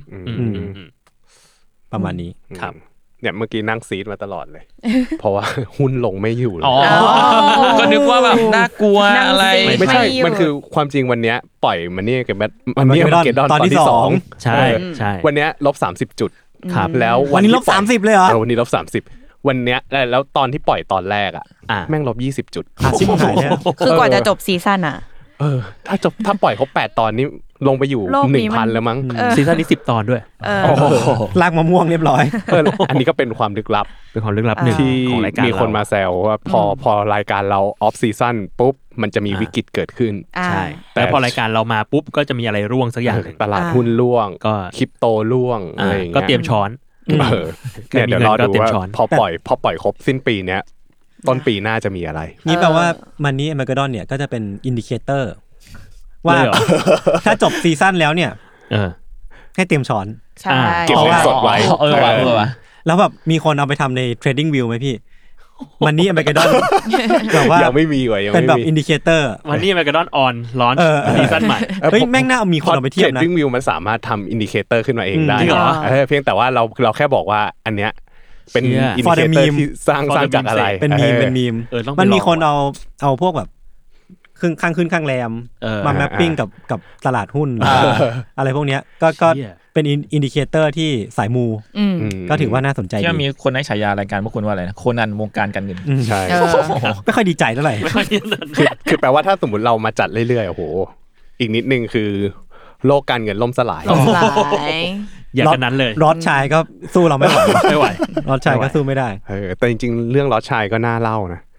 ประมาณนี้ครับเนี่ยเมื่อกี้นั่งซีดมาตลอดเลยเพราะว่าหุ้นลงไม่อยู่เลยก็นึกว่าแบบน่ากลัวอะไรไม่ใช่มันคือความจริงวันนี้ปล่อยมันนี่กับมันนี่เกตดอนตอนที่สองใช่ใช่วันนี้ลบสามสิบจุดครับแล้ววันนี้ลบสามสิบเลยเหรอวันนี้ลบสามสิบวันเนี้ยแล้วตอนที่ปล่อยตอนแรกอ่ะแม่งลบยี่สิบจุดอ่ะชิบหายแล้วคือกว่าจะจบซีซั่นอ่ะเออถ้าจบถ้าปล่อยครบแปดตอนนี้ลงไปอยู่ หนึ่งพัน แล้วมั้งซีซั่นนี้สิบตอนด้วยโอ้โหลากมะม่วงเรียบร้อยอันนี้ก็เป็นความลึกลับเป็นความลึกลับหนึ่งของรายการมีคนมาแซวว่าพอพอรายการเราออฟซีซั่นปุ๊บมันจะมีวิกฤตเกิดขึ้นใช่แต่พอรายการเรามาปุ๊บก็จะมีอะไรร่วงสักอย่างนึงตลาดหุ้นร่วงก็คริปโตร่วงอะไรอย่างเงี้ยก็เตรียมช้อนเออเนี่ยเดี๋ยวรอดูว่าพอปล่อยพอปล่อยครบสิ้นปีเนี้ยต้นปีหน้าจะมีอะไรนี่แปลว่ามันนี้แอมเบอร์กอนเนี่ยก็จะเป็นอินดิเคเตอร์ว่าถ้าจบซีซั่นแล้วเนี่ยให้เตรียมช้อนใช่เก็บเงินสดไว้เออว่ะเออว่ะแล้วแบบมีคนเอาไปทำใน Trading View ไหมพี่มันนี่แอมเบอร์กอนแบบว่ายังไม่มีว่ะยังไม่มีเป็นแบบอินดิเคเตอร์มันนี่แอมเบอร์กอนออนลอนซีซั่นใหม่เฮ้ยแม่งน่ามีคนเอาไปเทียบนะ Trading View มันสามารถทำอินดิเคเตอร์ขึ้นมาเองได้เออเพียงแต่ว่าเราเราแค่บอกว่าอันเนี้ยเป็นอินดิเคเตอร์ที่สร้างสร้างจากอะไรเป็นมีมเป็นมีมมันมีคนเอาเอาพวกแบบขึ้นข้างขึ้นข้างแรมมาแมปปิ้งกับกับตลาดหุ้นอะไรพวกเนี้ยก็ก็เป็นอินดิเคเตอร์ที่สายมูก็ถือว่าน่าสนใจที่มีคนให้ฉายารายการพวกคุณว่าอะไรนะโคนันวงการการเงินใช่ไม่ค่อยดีใจเท่าไหร่คือคือแปลว่าถ้าสมมติเรามาจัดเรื่อยๆโอ้โหอีกนิดนึงคือโลกการเงินล่มสลายล่มสลายอย่างนั้นเลยรอดชายก็สู้เราไม่ไหวไม่ไหวรอดชายก็สู้ไม่ได้เออแต่จริงๆเรื่องรอดชายก็น่าเล่านะ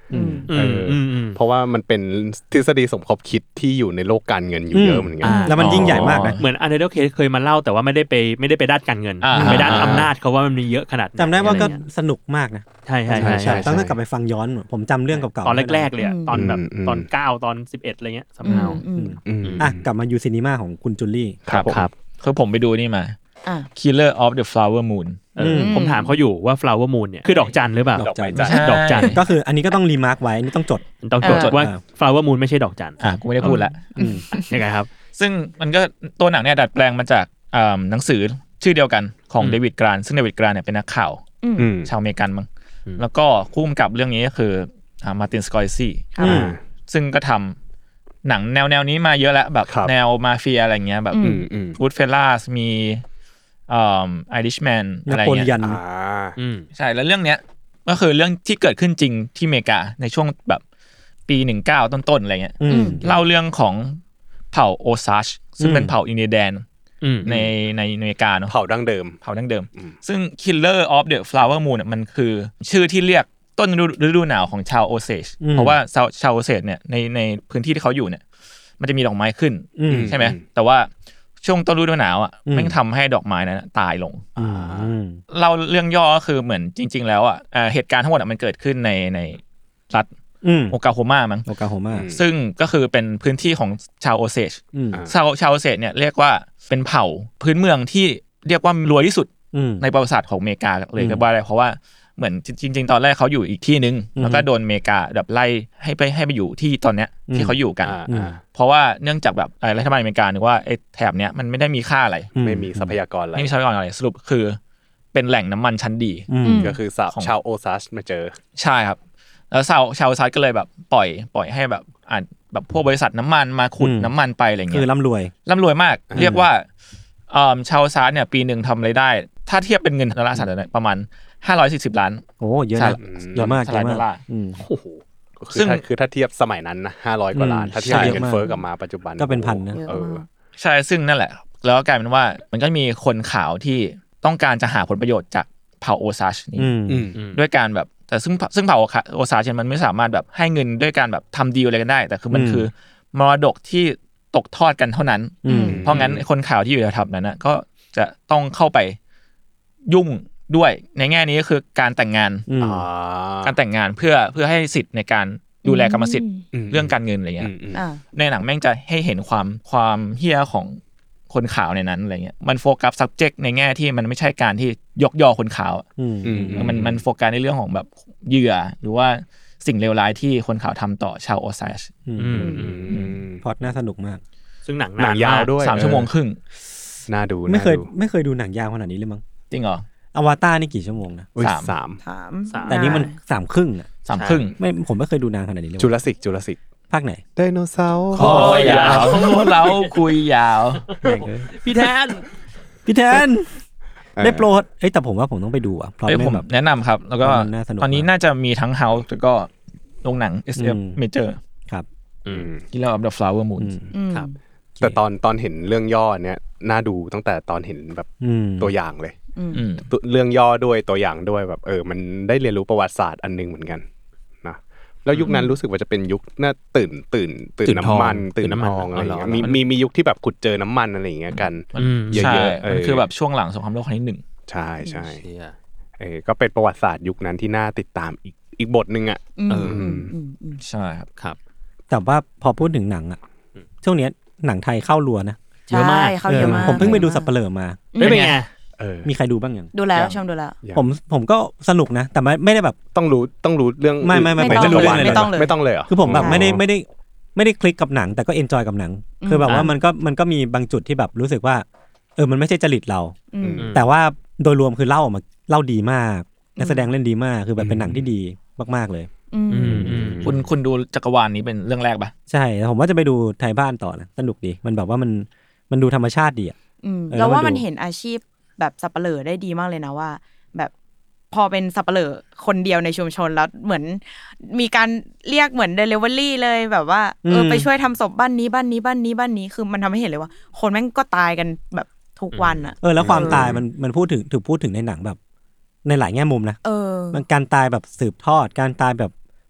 เออเพราะว่ามันเป็นทฤษฎีสมคบคิดที่อยู่ในโลกการเงินอยู่เยอะเหมือนกันแล้วมันยิ่งใหญ่มากนะเหมือนอันเดอร์เคสเคยมาเล่าแต่ว่าไม่ได้ไปไม่ได้ไปด้านการเงินไปด้านอำนาจเขาว่ามันมีเยอะขนาดจำได้ว่าก็สนุกมากนะใช่ใช่ใช่ต้องกลับไปฟังย้อนผมจำเรื่องเก่าๆตอนแรกๆเลยตอนแบบตอนเก้าตอนสิบเอ็ดอะไรเงี้ยสำเนาอ่ะกลับมายูซินีมาของคุณจุลลี่ครับครับคือผมไปดูนี่มา Killer of the Flower Moon ผมถามเขาอยู่ว่า Flower Moon เนี่ยคือดอกจันหรือเปล่าดอกจันดอกจันก็คืออันนี้ก็ต้องรีมาร์คไว้นี่ต้องจดต้องจดว่า Flower Moon ไม่ใช่ดอกจันอ่ะกูไม่ได้พูดละยังไงครับซึ่งมันก็ตัวหนังเนี่ยดัดแปลงมาจากหนังสือชื่อเดียวกันของเดวิดกรานซึ่งเดวิดกรานเนี่ยเป็นนักข่าวชาวอเมริกันมั้งแล้วก็คู่กำกับเรื่องนี้ก็คือมาร์ตินสกอร์ซีซึ่งก็ทำหนังแนวแนวนี้มาเยอะแล้วแบบแนวมาเฟียอะไรเงี้ยแบบกู๊ดเฟลล่าสมีอ่าไอริชแมนอะไรเงี้ยใช่แล้วเรื่องเนี้ยก็คือเรื่องที่เกิดขึ้นจริงที่อเมริกาในช่วงแบบปีสิบเก้าต้นๆอะไรเงี้ยเล่าเรื่องของเผ่าโอซาชซึ่งเป็นเผ่าอินเดียแดนในในอเมริกาเนาะเผ่าดั้งเดิมเผ่าดั้งเดิมซึ่ง Killer of the Flower Moon มันคือชื่อที่เรียกต้นฤดูหนาวของชาวโอเซชเพราะว่าชาวชาวโอเซชเนี่ยในในพื้นที่ที่เขาอยู่เนี่ยมันจะมีดอกไม้ขึ้นใช่ไหมแต่ว่าช่วงต้นฤดูหนาวอ่ะแม่งทำให้ดอกไม้นั้นตายลงเราเรื่องย่อก็คือเหมือนจริงๆแล้วอ่ะเหตุการณ์ทั้งหมดมันเกิดขึ้นในในรัฐโอกาโฮมามั้งโอกาโฮมาซึ่งก็คือเป็นพื้นที่ของชาวโอเซชชาวชาวโอเซชเนี่ยเรียกว่าเป็นเผ่าพื้นเมืองที่เรียกว่ารวยที่สุดในประวัติศาสตร์ของอเมริกาเลยก็ว่าได้เพราะว่าเหมือนจริงๆตอนแรกเขาอยู่อีกที่นึงแล้วก็โดนอเมริกาแบบไล่ให้ไปให้ไปอยู่ที่ตอนเนี้ยที่เขาอยู่กันเพราะว่าเนื่องจากแบบรัฐบาลอเมริกานึกว่าไอ้แถบเนี้ยมันไม่ได้มีค่าอะไรไม่มีทรัพยากรอะไรไม่มีทรัพยากรอะไรสรุปคือเป็นแหล่งน้ำมันชั้นดีก็คือชาวโอซาชมาเจอใช่ครับแล้วชาวชาวซัดก็เลยแบบปล่อยปล่อยให้แบบอ่าแบบพวกบริษัทน้ำมันมาขุดน้ำมันไปอะไรเงี้ยคือร่ำรวยร่ำรวยมากเรียกว่าชาวซัดเนี่ยปีหนึ่งทำรายได้ถ้าเทียบเป็นเงินดอลลาร์สหรัฐประมาณห้าร้อยสี่สิบล้านโอ้เยอะนะเยอะมากเยอะมากโอ้โหซึ่งคือถ้าเทียบสมัยนั้นนะห้าร้อยกว่าล้านถ้าเทียบเงินเฟ้อกลับมาปัจจุบันก็เป็นพันนะเออใช่ซึ่งนั่นแหละแล้วกลายเป็นว่ามันก็มีคนขาวที่ต้องการจะหาผลประโยชน์จากเผ่าโอซาชนี้ด้วยการแบบแต่ซึ่งซึ่งเผ่าโอซาชมันไม่สามารถแบบให้เงินด้วยการแบบทำดีลอะไรกันได้แต่คือมันคือมรดกที่ตกทอดกันเท่านั้นเพราะงั้นคนขาวที่อยู่แถวๆนั้นนะก็จะต้องเข้าไปยุ่งด้วยในแง่นี้ก็คือการแต่งงานการแต่งงานเพื่อเพื่อให้สิทธิ์ในการดูแลกรรมสิทธิ์เรื่องการเงินอะไรเงี้ยในหนังแม่งจะให้เห็นความความเหี้ยของคนขาวในนั้นอะไรเงี้ยมันโฟกัส subject ในแง่ที่มันไม่ใช่การที่ยกย่อคนขาวมันมันโฟกัสในเรื่องของแบบเหยื่อหรือว่าสิ่งเลวร้ายที่คนขาวทำต่อชาวโอซาชพล็อตน่าสนุกมากซึ่งหนังหนังยาวด้วยสามชั่วโมงครึ่งน่าดูไม่เคยไม่เคยดูหนังยาวขนาดนี้เลยมั้งจริงเหรออวตารนี่กี่ชั่วโมงนะสามสามแต่นี่มันสามครึ่งอ่ะสามครึ่งไม่ผมไม่เคยดูนานขนาดนี้เลยจูราสสิกจูราสสิกภาคไหนไดโนเสาร์คอยาวเราคุยยาวพี่แทนพี่แทนได้โปรดเอ้ยแต่ผมว่าผมต้องไปดูอ่ะเพราะผมแนะนำครับแล้วก็ตอนนี้น่าจะมีทั้งเฮาส์แล้วก็โรงหนัง เอส เอฟ Major ครับ Killer of the Flower Moon ครับแต่ตอนตอนเห็นเรื่องย่อเนี้ยน่าดูตั้งแต่ตอนเห็นแบบตัวอย่างเลยเรื่องย่อด้วยตัวอย่างด้วยแบบเออมันได้เรียนรู้ประวัติศาสตร์อันนึงเหมือนกันนะแล้วยุคนั้นรู้สึกว่าจะเป็นยุคน่าตื่นตื่นตื่นน้ำมันตื่นน้ำมันอะไรอย่างเงี้ยมีมีมียุคที่แบบขุดเจอน้ำมันอะไรอย่างเงี้ยกันเยอะๆเออคือแบบช่วงหลังสงครามโลกครั้งที่หนึ่งใช่ใช่เออก็เป็นประวัติศาสตร์ยุคนั้นที่น่าติดตามอีกอีกบทนึงอ่ะเออใช่ครับครับแต่ว่าพอพูดถึงหนังอ่ะช่วงนี้หนังไทยเข้ารัวนะเยอะมากเขาเยอะมากผมเพิ่งไปดูสัปเหร่อมาเป็นไงมีใครดูบ้างยังดูแล้วชมดูแล้วผมผมก็สนุกนะแต่ไม่ไม่ได้แบบต้องรู้ต้องรู้เรื่องไม่ไม่ไม่ไม่ต้องเลยไม่ต้องเลยไม่ต้องเลยเหรอคือผมแบบไม่ได้ไม่ได้ไม่ได้คลิกกับหนังแต่ก็เอนจอยกับหนังคือแบบว่ามันก็มันก็มีบางจุดที่แบบรู้สึกว่าเออมันไม่ใช่จริตเราแต่ว่าโดยรวมคือเล่าออกมาเล่าดีมากนักแสดงเล่นดีมากคือแบบเป็นหนังที่ดีมากๆเลยคุณคุณดูจักรวาลนี้เป็นเรื่องแรกปะใช่ผมว่าจะไปดูไทยบ้านต่อนะสนุกดีมันแบบว่ามันมันดูธรรมชาติดีอ่ะแล้วว่ามันเห็นอาชีพแบบสับปะเหร่อได้ดีมากเลยนะว่าแบบพอเป็นสับปะเหร่อคนเดียวในชุมชนแล้วเหมือนมีการเรียกเหมือน delivery เลยแบบว่าเออไปช่วยทำศพบ้านนี้บ้านนี้บ้านนี้บ้านนี้คือมันทำให้เห็นเลยว่าคนแม่งก็ตายกันแบบทุกวันอ่ะเออแล้วความตายมันมันพูดถึงถูกพูดถึงในหนังแบบในหลายแง่มุมนะเออมันการตายแบบสืบทอดการตายแบบ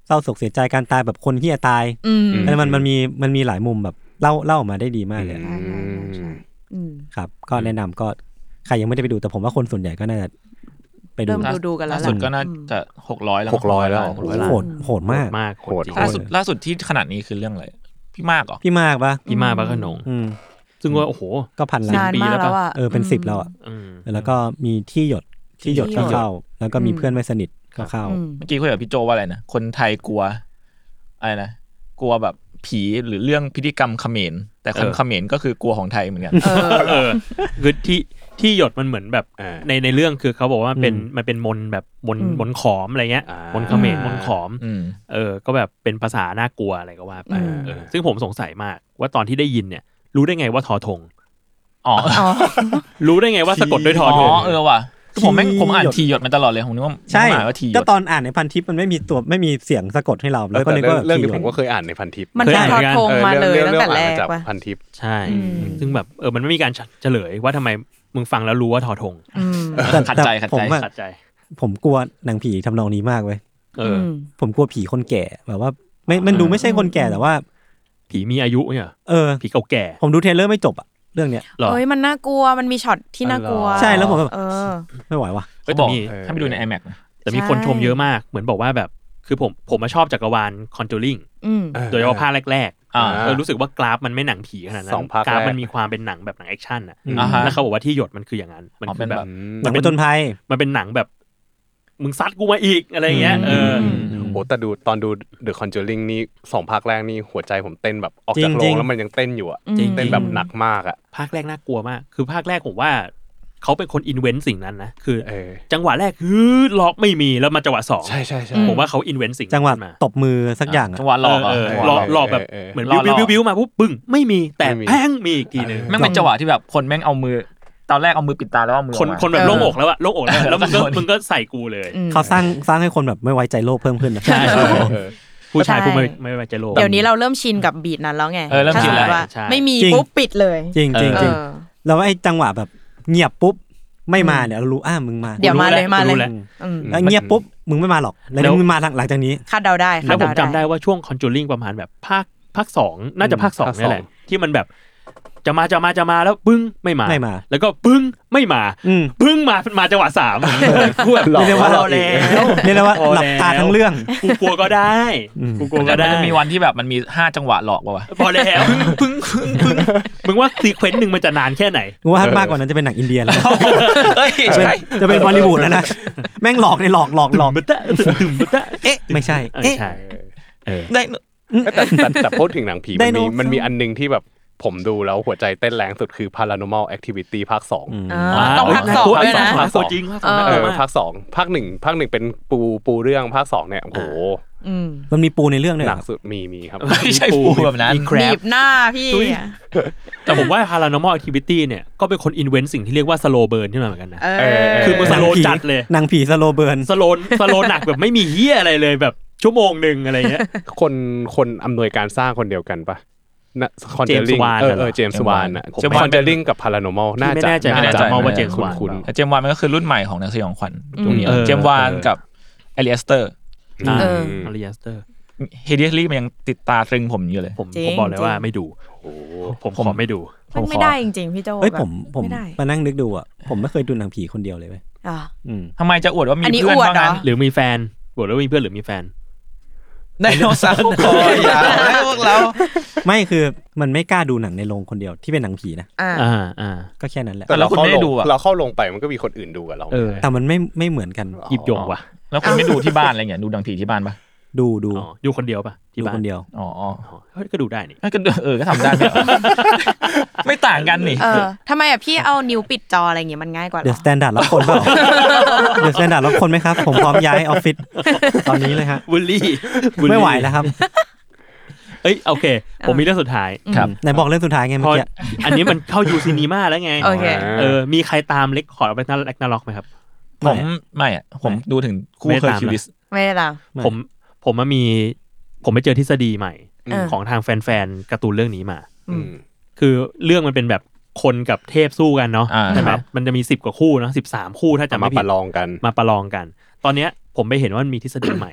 เศร้าโศกเสียใจการตายแบบคนที่จะตายแล้วมันมันมีมันมีหลายมุมแบบเล่าเล่าออกมาได้ดีมากเลยครับก็แนะนำก็ใครยังไม่ได้ไปดูแต่ผมว่าคนส่วนใหญ่ก็น่าจะไปดูดูกันแล้วล่าสุดก็น่าจะหกร้อยแล้วหกร้อยแล้วโหดโหดมากมากโหดล่าสุดล่าสุดที่ขนาดนี้คือเรื่องอะไรพี่มากเหรอพี่มากปะพี่มากปะขนงซึ่งว่าโอ้โหก็พันล้านปีแล้วป่ะเออเป็นสิบแล้วอ่ะแล้วก็มีที่หยดที่หยดก็เข้าแล้วก็มีเพื่อนไม่สนิทก็เข้าเมื่อกี้คุยกับพี่โจว่าอะไรนะคนไทยกลัวอะไรนะกลัวแบบผีหรือเรื่องพิธีกรรมเขมรแต่คนเขมรก็คือกลัวของไทยเหมือนกันเออคือที่ที่หยดมันเหมือนแบบในในเรื่องคือเขาบอกว่าเป็นมันเป็นมนแบบมนมนขอมอะไรเงี้ยมนเขมรมนขอมเออก็แบบเป็นภาษาน่ากลัวอะไรก็ว่าไปซึ่งผมสงสัยมากว่าตอนที่ได้ยินเนี่ยรู้ได้ไงว่าทอทงอ๋อรู้ได้ไงว่าสะกดด้วยทอทงอ๋อเออว่ะผมแม่งผมอ่านทีหยดมาตลอดเลยผมนึกว่าใช่ก็ตอนอ่านในพันทิปมันไม่มีตัวไม่มีเสียงสะกดให้เราแล้วก็นึกว่าเรื่องนี้ผมก็เคยอ่านในพันทิปมันเป็นทอทงมาเลยตั้งแต่แรกว่าพันทิปใช่ซึ่งแบบเออมันไม่มีการเฉลยว่าทำไมมึงฟังแล้วรู้ว่าทอทงขัดใจขัดใจขัดใจผมกลัวหนังผีทำนองนี้มากเว้ยเออผมกลัวผีคนแก่แบบว่าไม่มันดูไม่ใช่คนแก่แต่ว่าผีมีอายุเนี่ยเออผีเก่าแก่ผมดูเทรลเลอร์ไม่จบอะเรื่องเนี้ยเอ้ยมันน่ากลัวมันมีช็อตที่น่ากลัวใช่แล้วผมแบบเออไม่ไหวว่ะเขาบอกถ้าไปดูใน iMac นะแต่มีคนชมเยอะมากเหมือนบอกว่าแบบคือผมผมมาชอบจักรวาล Conjuring โดยเฉพาะภาคแรกๆเออรู้สึกว่ากราฟมันไม่หนังผีขนาดนั้นกราฟมันมีความเป็นหนังแบบหนังแอคชั่นอ่ะแล้วเขาบอกว่าที่หยดมันคืออย่างนั้นมันเป็นแบบมันเป็นต้นไผ่มันเป็นหนังแบบมึงซัดกูมาอีกอะไรเงี้ยเออโหแต่ดูตอนดู The Conjuring นี่สองภาคแรกนี่หัวใจผมเต้นแบบออกจากโรงแล้วมันยังเต้นอยู่อ่ะเต้นแบบหนักมากอ่ะภาคแรกน่ากลัวมากคือภาคแรกผมว่าเขาเป็นคนอินเวนต์สิ่งนั้นนะคือจังหวะแรกคือล็อกไม่มีแล้วมาจังหวะสองใช่ใช่ใช่ผมว่าเขาอินเวนต์สิ่งจังหวะตบมือสักอย่างจังหวะหลอกหลอกหลอกแบบเหมือนบิ้วบิ้วบิ้วมาปุ๊บปึ้งไม่มีแต่แพ่งมีอีกทีนึงแม่งเป็นจังหวะที่แบบคนแม่งเอามือตอนแรกเอามือปิดตาแล้วเอามือคนคนแบบโล่งอกแล้วอะโล่งอกแล้วแล้วมึงก็มึงก็ใส่กูเลยเขาสร้างสร้างให้คนแบบไม่ไว้ใจโลกเพิ่มขึ้นนะใช่ผู้ชายผู้ไม่ไม่ไว้ใจโลกเดี๋ยวนี้เราเริ่มชินกับบีทนั้นแล้วไงเริ่มชินแล้วไม่มีปุ๊บปิดเลยจริงจริงจริงแล้วไอ้จังหวะแบบเงียบปุ๊บไม่มาเนี่ยเรารู้อ้ามึงมาเดี๋ยวมาเลยมาเลยแล้วเงียบปุ๊บมึงไม่มาหรอกแล้วมึงมาหลังจากนี้คาดเดาได้แล้วผมจำได้ว่าช่วง Conjuring ประมาณแบบภาคภาคสองน่าจะภาคสองนี่แหละที่มันแบบจะมาจะมาจะมาแล้วปึ้งไม่มาไม่มาแล้วก็ปึ้งไม่มาปึ้งมามาจังหวะสามกูแบบเรียกว่าเราแล้วเรียกว่าหลับตาทั้งเรื่องกูกลัวก็ได้กูกลัวก็ได้มันจะมีวันที่แบบมันมีห้าจังหวะหลอกว่ะพอแล้วปึ้งปึ้งปึ้งมึงว่าซีเควนซ์นึงมันจะนานแค่ไหนกูว่ามากกว่านั้นจะเป็นหนังอินเดียแล้วจะเป็นบอลลีวูดแล้วนะแม่งหลอกในหลอกหลอกหลอกเอ๊ะไม่ใช่เอ๊ะเออได้แต่แต่พูดถึงหนังผีมันมีมันมีอันนึงที่แบบผมดูแล้วหัวใจเต้นแรงสุดคือ Paranormal Activity ภาคสองต้องภาคสองด้วยนะภาคสองจริงเออภาคสองภาคหนึ่งภาคหนึ่งเป็นปูปูเรื่องภาคสองเนี่ยโอ้โหมันมีปูในเรื่องด้วยหนักสุดมีมีครับไม่ใช่ปูแบบนั้นบีบหน้าพี่แต่ผมว่า Paranormal Activity เนี่ยก็เป็นคนอินเวนต์สิ่งที่เรียกว่า slow burn ขึ้นมาเหมือนกันนะคือมัน slow จัดเลยหนังผี slow burn slow slow หนักแบบไม่มีเหี้ยอะไรเลยแบบชั่วโมงนึงอะไรเงี้ยคนคนอำนวยการสร้างคนเดียวกันปะนะคอนเจลิงเออเออเจมส์วานน่ะคอนเจลิงกับพารานอมัลน่าจะน่าจะมองว่าเจมส์วานเจมส์วานมันก็คือรุ่นใหม่ของนักสยองขวัญตรงนี้เจมส์วานกับอลิอัสเตอร์อ่าอลิอัสเตอร์เฮเดียสลี่มันยังติดตาตรึงผมอยู่เลยผมผมบอกเลยว่าไม่ดูผมขอไม่ดูมันไม่ได้จริงๆพี่โจเฮ้ยผมผมมานั่งนึกดูอ่ะผมไม่เคยดูหนังผีคนเดียวเลยเว้ยอ่าทำไมจะอวดว่ามีเพื่อนเท่านั้นหรือมีแฟนอวดว่ามีเพื่อนหรือมีแฟนไดโนเสาร์คอยาวแล้วพวกเราไม่คือมันไม่กล้าดูหนังในโรงคนเดียวที่เป็นหนังผีนะอ่าอ่าก็แค่นั้นแหละแต่เราเข้าดูเราเข้าลงไปมันก็มีคนอื่นดูกับเราแต่มันไม่ไม่เหมือนกันยิบยงว่ะแล้วคุณไม่ดูที่บ้านอะไรเงี้ยดูหนังผีที่บ้านปะดูดูดูคนเดียวป่ะที่บ้านคนเดียวอ๋อก็ดูได้นี่ก็เออก็ทำได้ไม่ต่างกันนี่เออทำไมอ่ะพี่เอานิ้วปิดจออะไรอย่างเงี้ยมันง่ายกว่าเดี๋ยวสแตนดาร์ดรับคนเปล่าเดี๋ยวสแตนดาร์ดรับคนไหมครับผมพร้อมย้ายออฟฟิศตอนนี้เลยฮะบูลลี่ไม่ไหวแล้วครับเอ้ยโอเคผมมีเรื่องสุดท้ายครับไหนบอกเรื่องสุดท้ายไงเมื่อกี้อันนี้มันเข้ายูซีนีมาแล้วไงโอเคเออมีใครตามเล็กขอร์ดไปนั่นแร็กนาร็อกไหมครับผมไม่อ่ะผมดูถึงคู่เคอร์คิวลิสไม่ได้ตามผมผมมันมีผมไปเจอทฤษฎีใหม่ของทางแฟนๆการ์ตูนเรื่องนี้มาคือเรื่องมันเป็นแบบคนกับเทพสู้กันเนาะใช่ไหมมันจะมีสิบกว่าคู่เนาะสิบสามคู่ถ้าจะมาประลองกันมาประลองกันตอนเนี้ยผมไปเห็นว่ามันมีทฤษฎีใหม่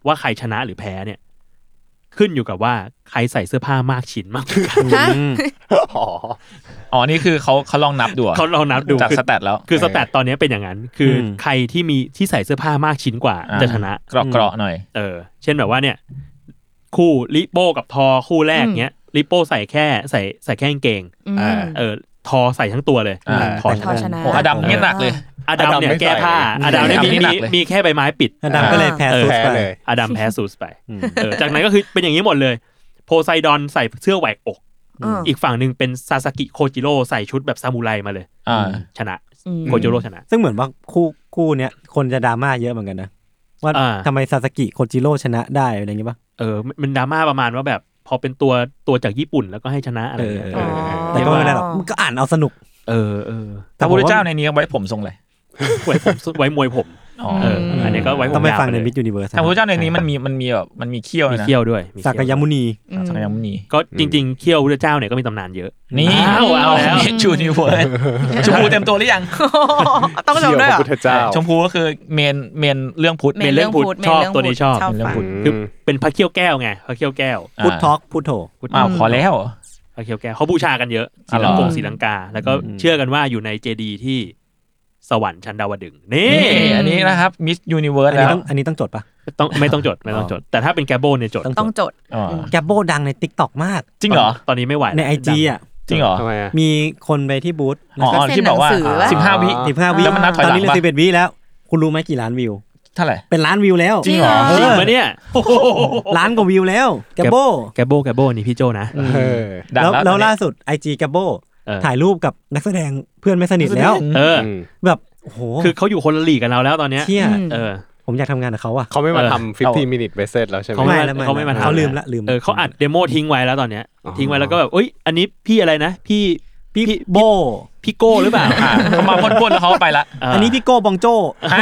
ว่าใครชนะหรือแพ้เนี่ยขึ้นอยู่กับว่าใครใส่เสื้อผ้ามากชิ้นมากกว่าอ๋ออ๋อนี่คือเขาเขาลองนับดูเขาลองนับดูจากสแตทแล้วคือสแตทตอนนี้เป็นอย่างนั้นคือใครที่มีที่ใส่เสื้อผ้ามากชิ้นกว่าจะชนะเกราะๆหน่อยเออเช่นแบบว่าเนี่ยคู่ลิโป้กับทอคู่แรกเนี้ยลิโป้ใส่แค่ใส่ใส่แค่กางเกงเออทอใส่ทั้งตัวเลยทอชนะโอ้อดัมเนี่ยหนักเลยอดัมเนี่ยแก้ผ้าอดัมเนี่ยมีมีแค่ใบไม้ปิดอดัมก็เลยแพ้ซูสไปอดัมแพ้ซูสไปเออจากนั้นก็คือเป็นอย่างนี้หมดเลยโพไซดอนใส่เสื้อแหวกอกอีกฝั่งนึงเป็นซาซากิโคจิโร่ใส่ชุดแบบซามูไรมาเลยชนะโคจิโร่ชนะซึ่งเหมือนว่าคู่คู่เนี้ยคนจะดราม่าเยอะเหมือนกันนะว่าทำไมซาซากิโคจิโร่ชนะได้อะไรอย่างงี้ป่ะเออมันดราม่าประมาณว่าแบบพอเป็นตัวตัวจากญี่ปุ่นแล้วก็ให้ชนะอะไรแต่ก็ไม่ได้หรอกมันก็อ่านเอาสนุกเออเออพระพุทธเจ้าในนี้ไว้ผมทรงอะไรไว้ผมไว้มวยผมเอออันนี้ก็ไว้ผมต้องไปฟังในมิสยูนิเวิร์สพระพุทธเจ้าในนี้มันมีมันมีแบบมันมีเขี้ยวนะมีเขี้ยวด้วยสักยมุนีสักยมุนีก็จริงๆเขี้ยวพระพุทธเจ้าเนี่ยก็มีตำนานเยอะนี่เอาแล้วมิสยูนิเวิร์สชมพูเต็มตัวหรือยังต้องชมด้วยชมพูก็คือเมนเมนเรื่องพุทธเมนเรื่องพุทธชอบตัวนี้ชอบเรื่องพุทธคือเป็นพระเขี้ยวแก้วไงพระเขี้ยวแก้วพุทธทอกพุทโธอ้าวพอแล้วพระเขี้ยวแก้วเขาบูชากันเยอะศรีลังกงศรีลังกาแล้วก็เชื่อกันว่าอยู่ในเจดีย์ที่สวรรค์ชั้นดาวดึงนี่อันนี้นะครับมิสยูนิเวิร์สแล้วอันนี้ต้องจดปะต้องไม่ต้องจดไม่ต้องจดแต่ถ้าเป็นแกโบเนี่ยจดต้องจดแกโบดังใน TikTok มากจริงเหรอตอนนี้ไม่ไหวใน ไอ จี อ่ะจริงเหรอมีคนไปที่บูธอ๋อที่บอกว่าสิบห้าวิสิบห้าวิแล้วมันนับถอยหลังตอนนี้เหลือสิบเอ็ดวิแล้วคุณรู้ไหมกี่ล้านวิวเท่าไหร่เป็นล้านวิวแล้วจริงเหรอจริงมั้ยเนี่ยล้านกว่าวิวแล้วแกโบแกโบแกโบนี่พี่โจนะแล้วแล้วล่าสุด ไอ จี แกโบถ่ายรูปกับนักแสดงเพื่อนไม่สนิทแล้วเออแบบโอ้โหคือเขาอยู่คนละลีกกันเราแล้วตอนเนี้ยเออผมอยากทำงานกับเขาอ่ะเขาไม่มาทำฟิฟตี้มินิทเบสเซตแล้วใช่ไหมเขาไม่เขาไม่มาเขาลืมละลืมเออเขาอัดเดโมทิ้งไว้แล้วตอนเนี้ยทิ้งไว้แล้วก็แบบเอ้ยอันนี้พี่อะไรนะพี่พี่โบพี่โก้หรือเปล่าเขามาพ่นๆแล้วเขาไปละอันนี้พี่โก้บองโจ้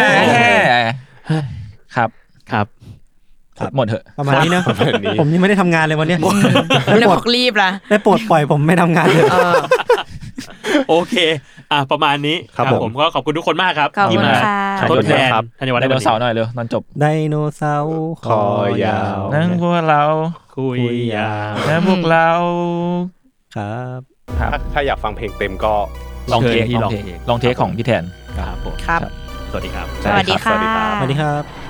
ครับครับหมดเถอะประมาณนี้นะผมยังไม่ได้ทำงานเลยวันนี้ได้ปลดรีบละได้โปรดปล่อยผมไม่ทำงานเลยโอเคอ่ะประมาณนี้ครับผมก็ขอบคุณทุกคนมากครับที่มาทดแทนธัญวัฒน์ไดโนเสาร์หน่อยเร็วตอนจบไดโนเสาร์คอยาวนั่งพวกเราคุยยาวนั่งพวกเราครับถ้าอยากฟังเพลงเต็มก็ลองเทคลองเทคของพี่แทนครับผมครับสวัสดีครับสวัสดีครับสวัสดีครับ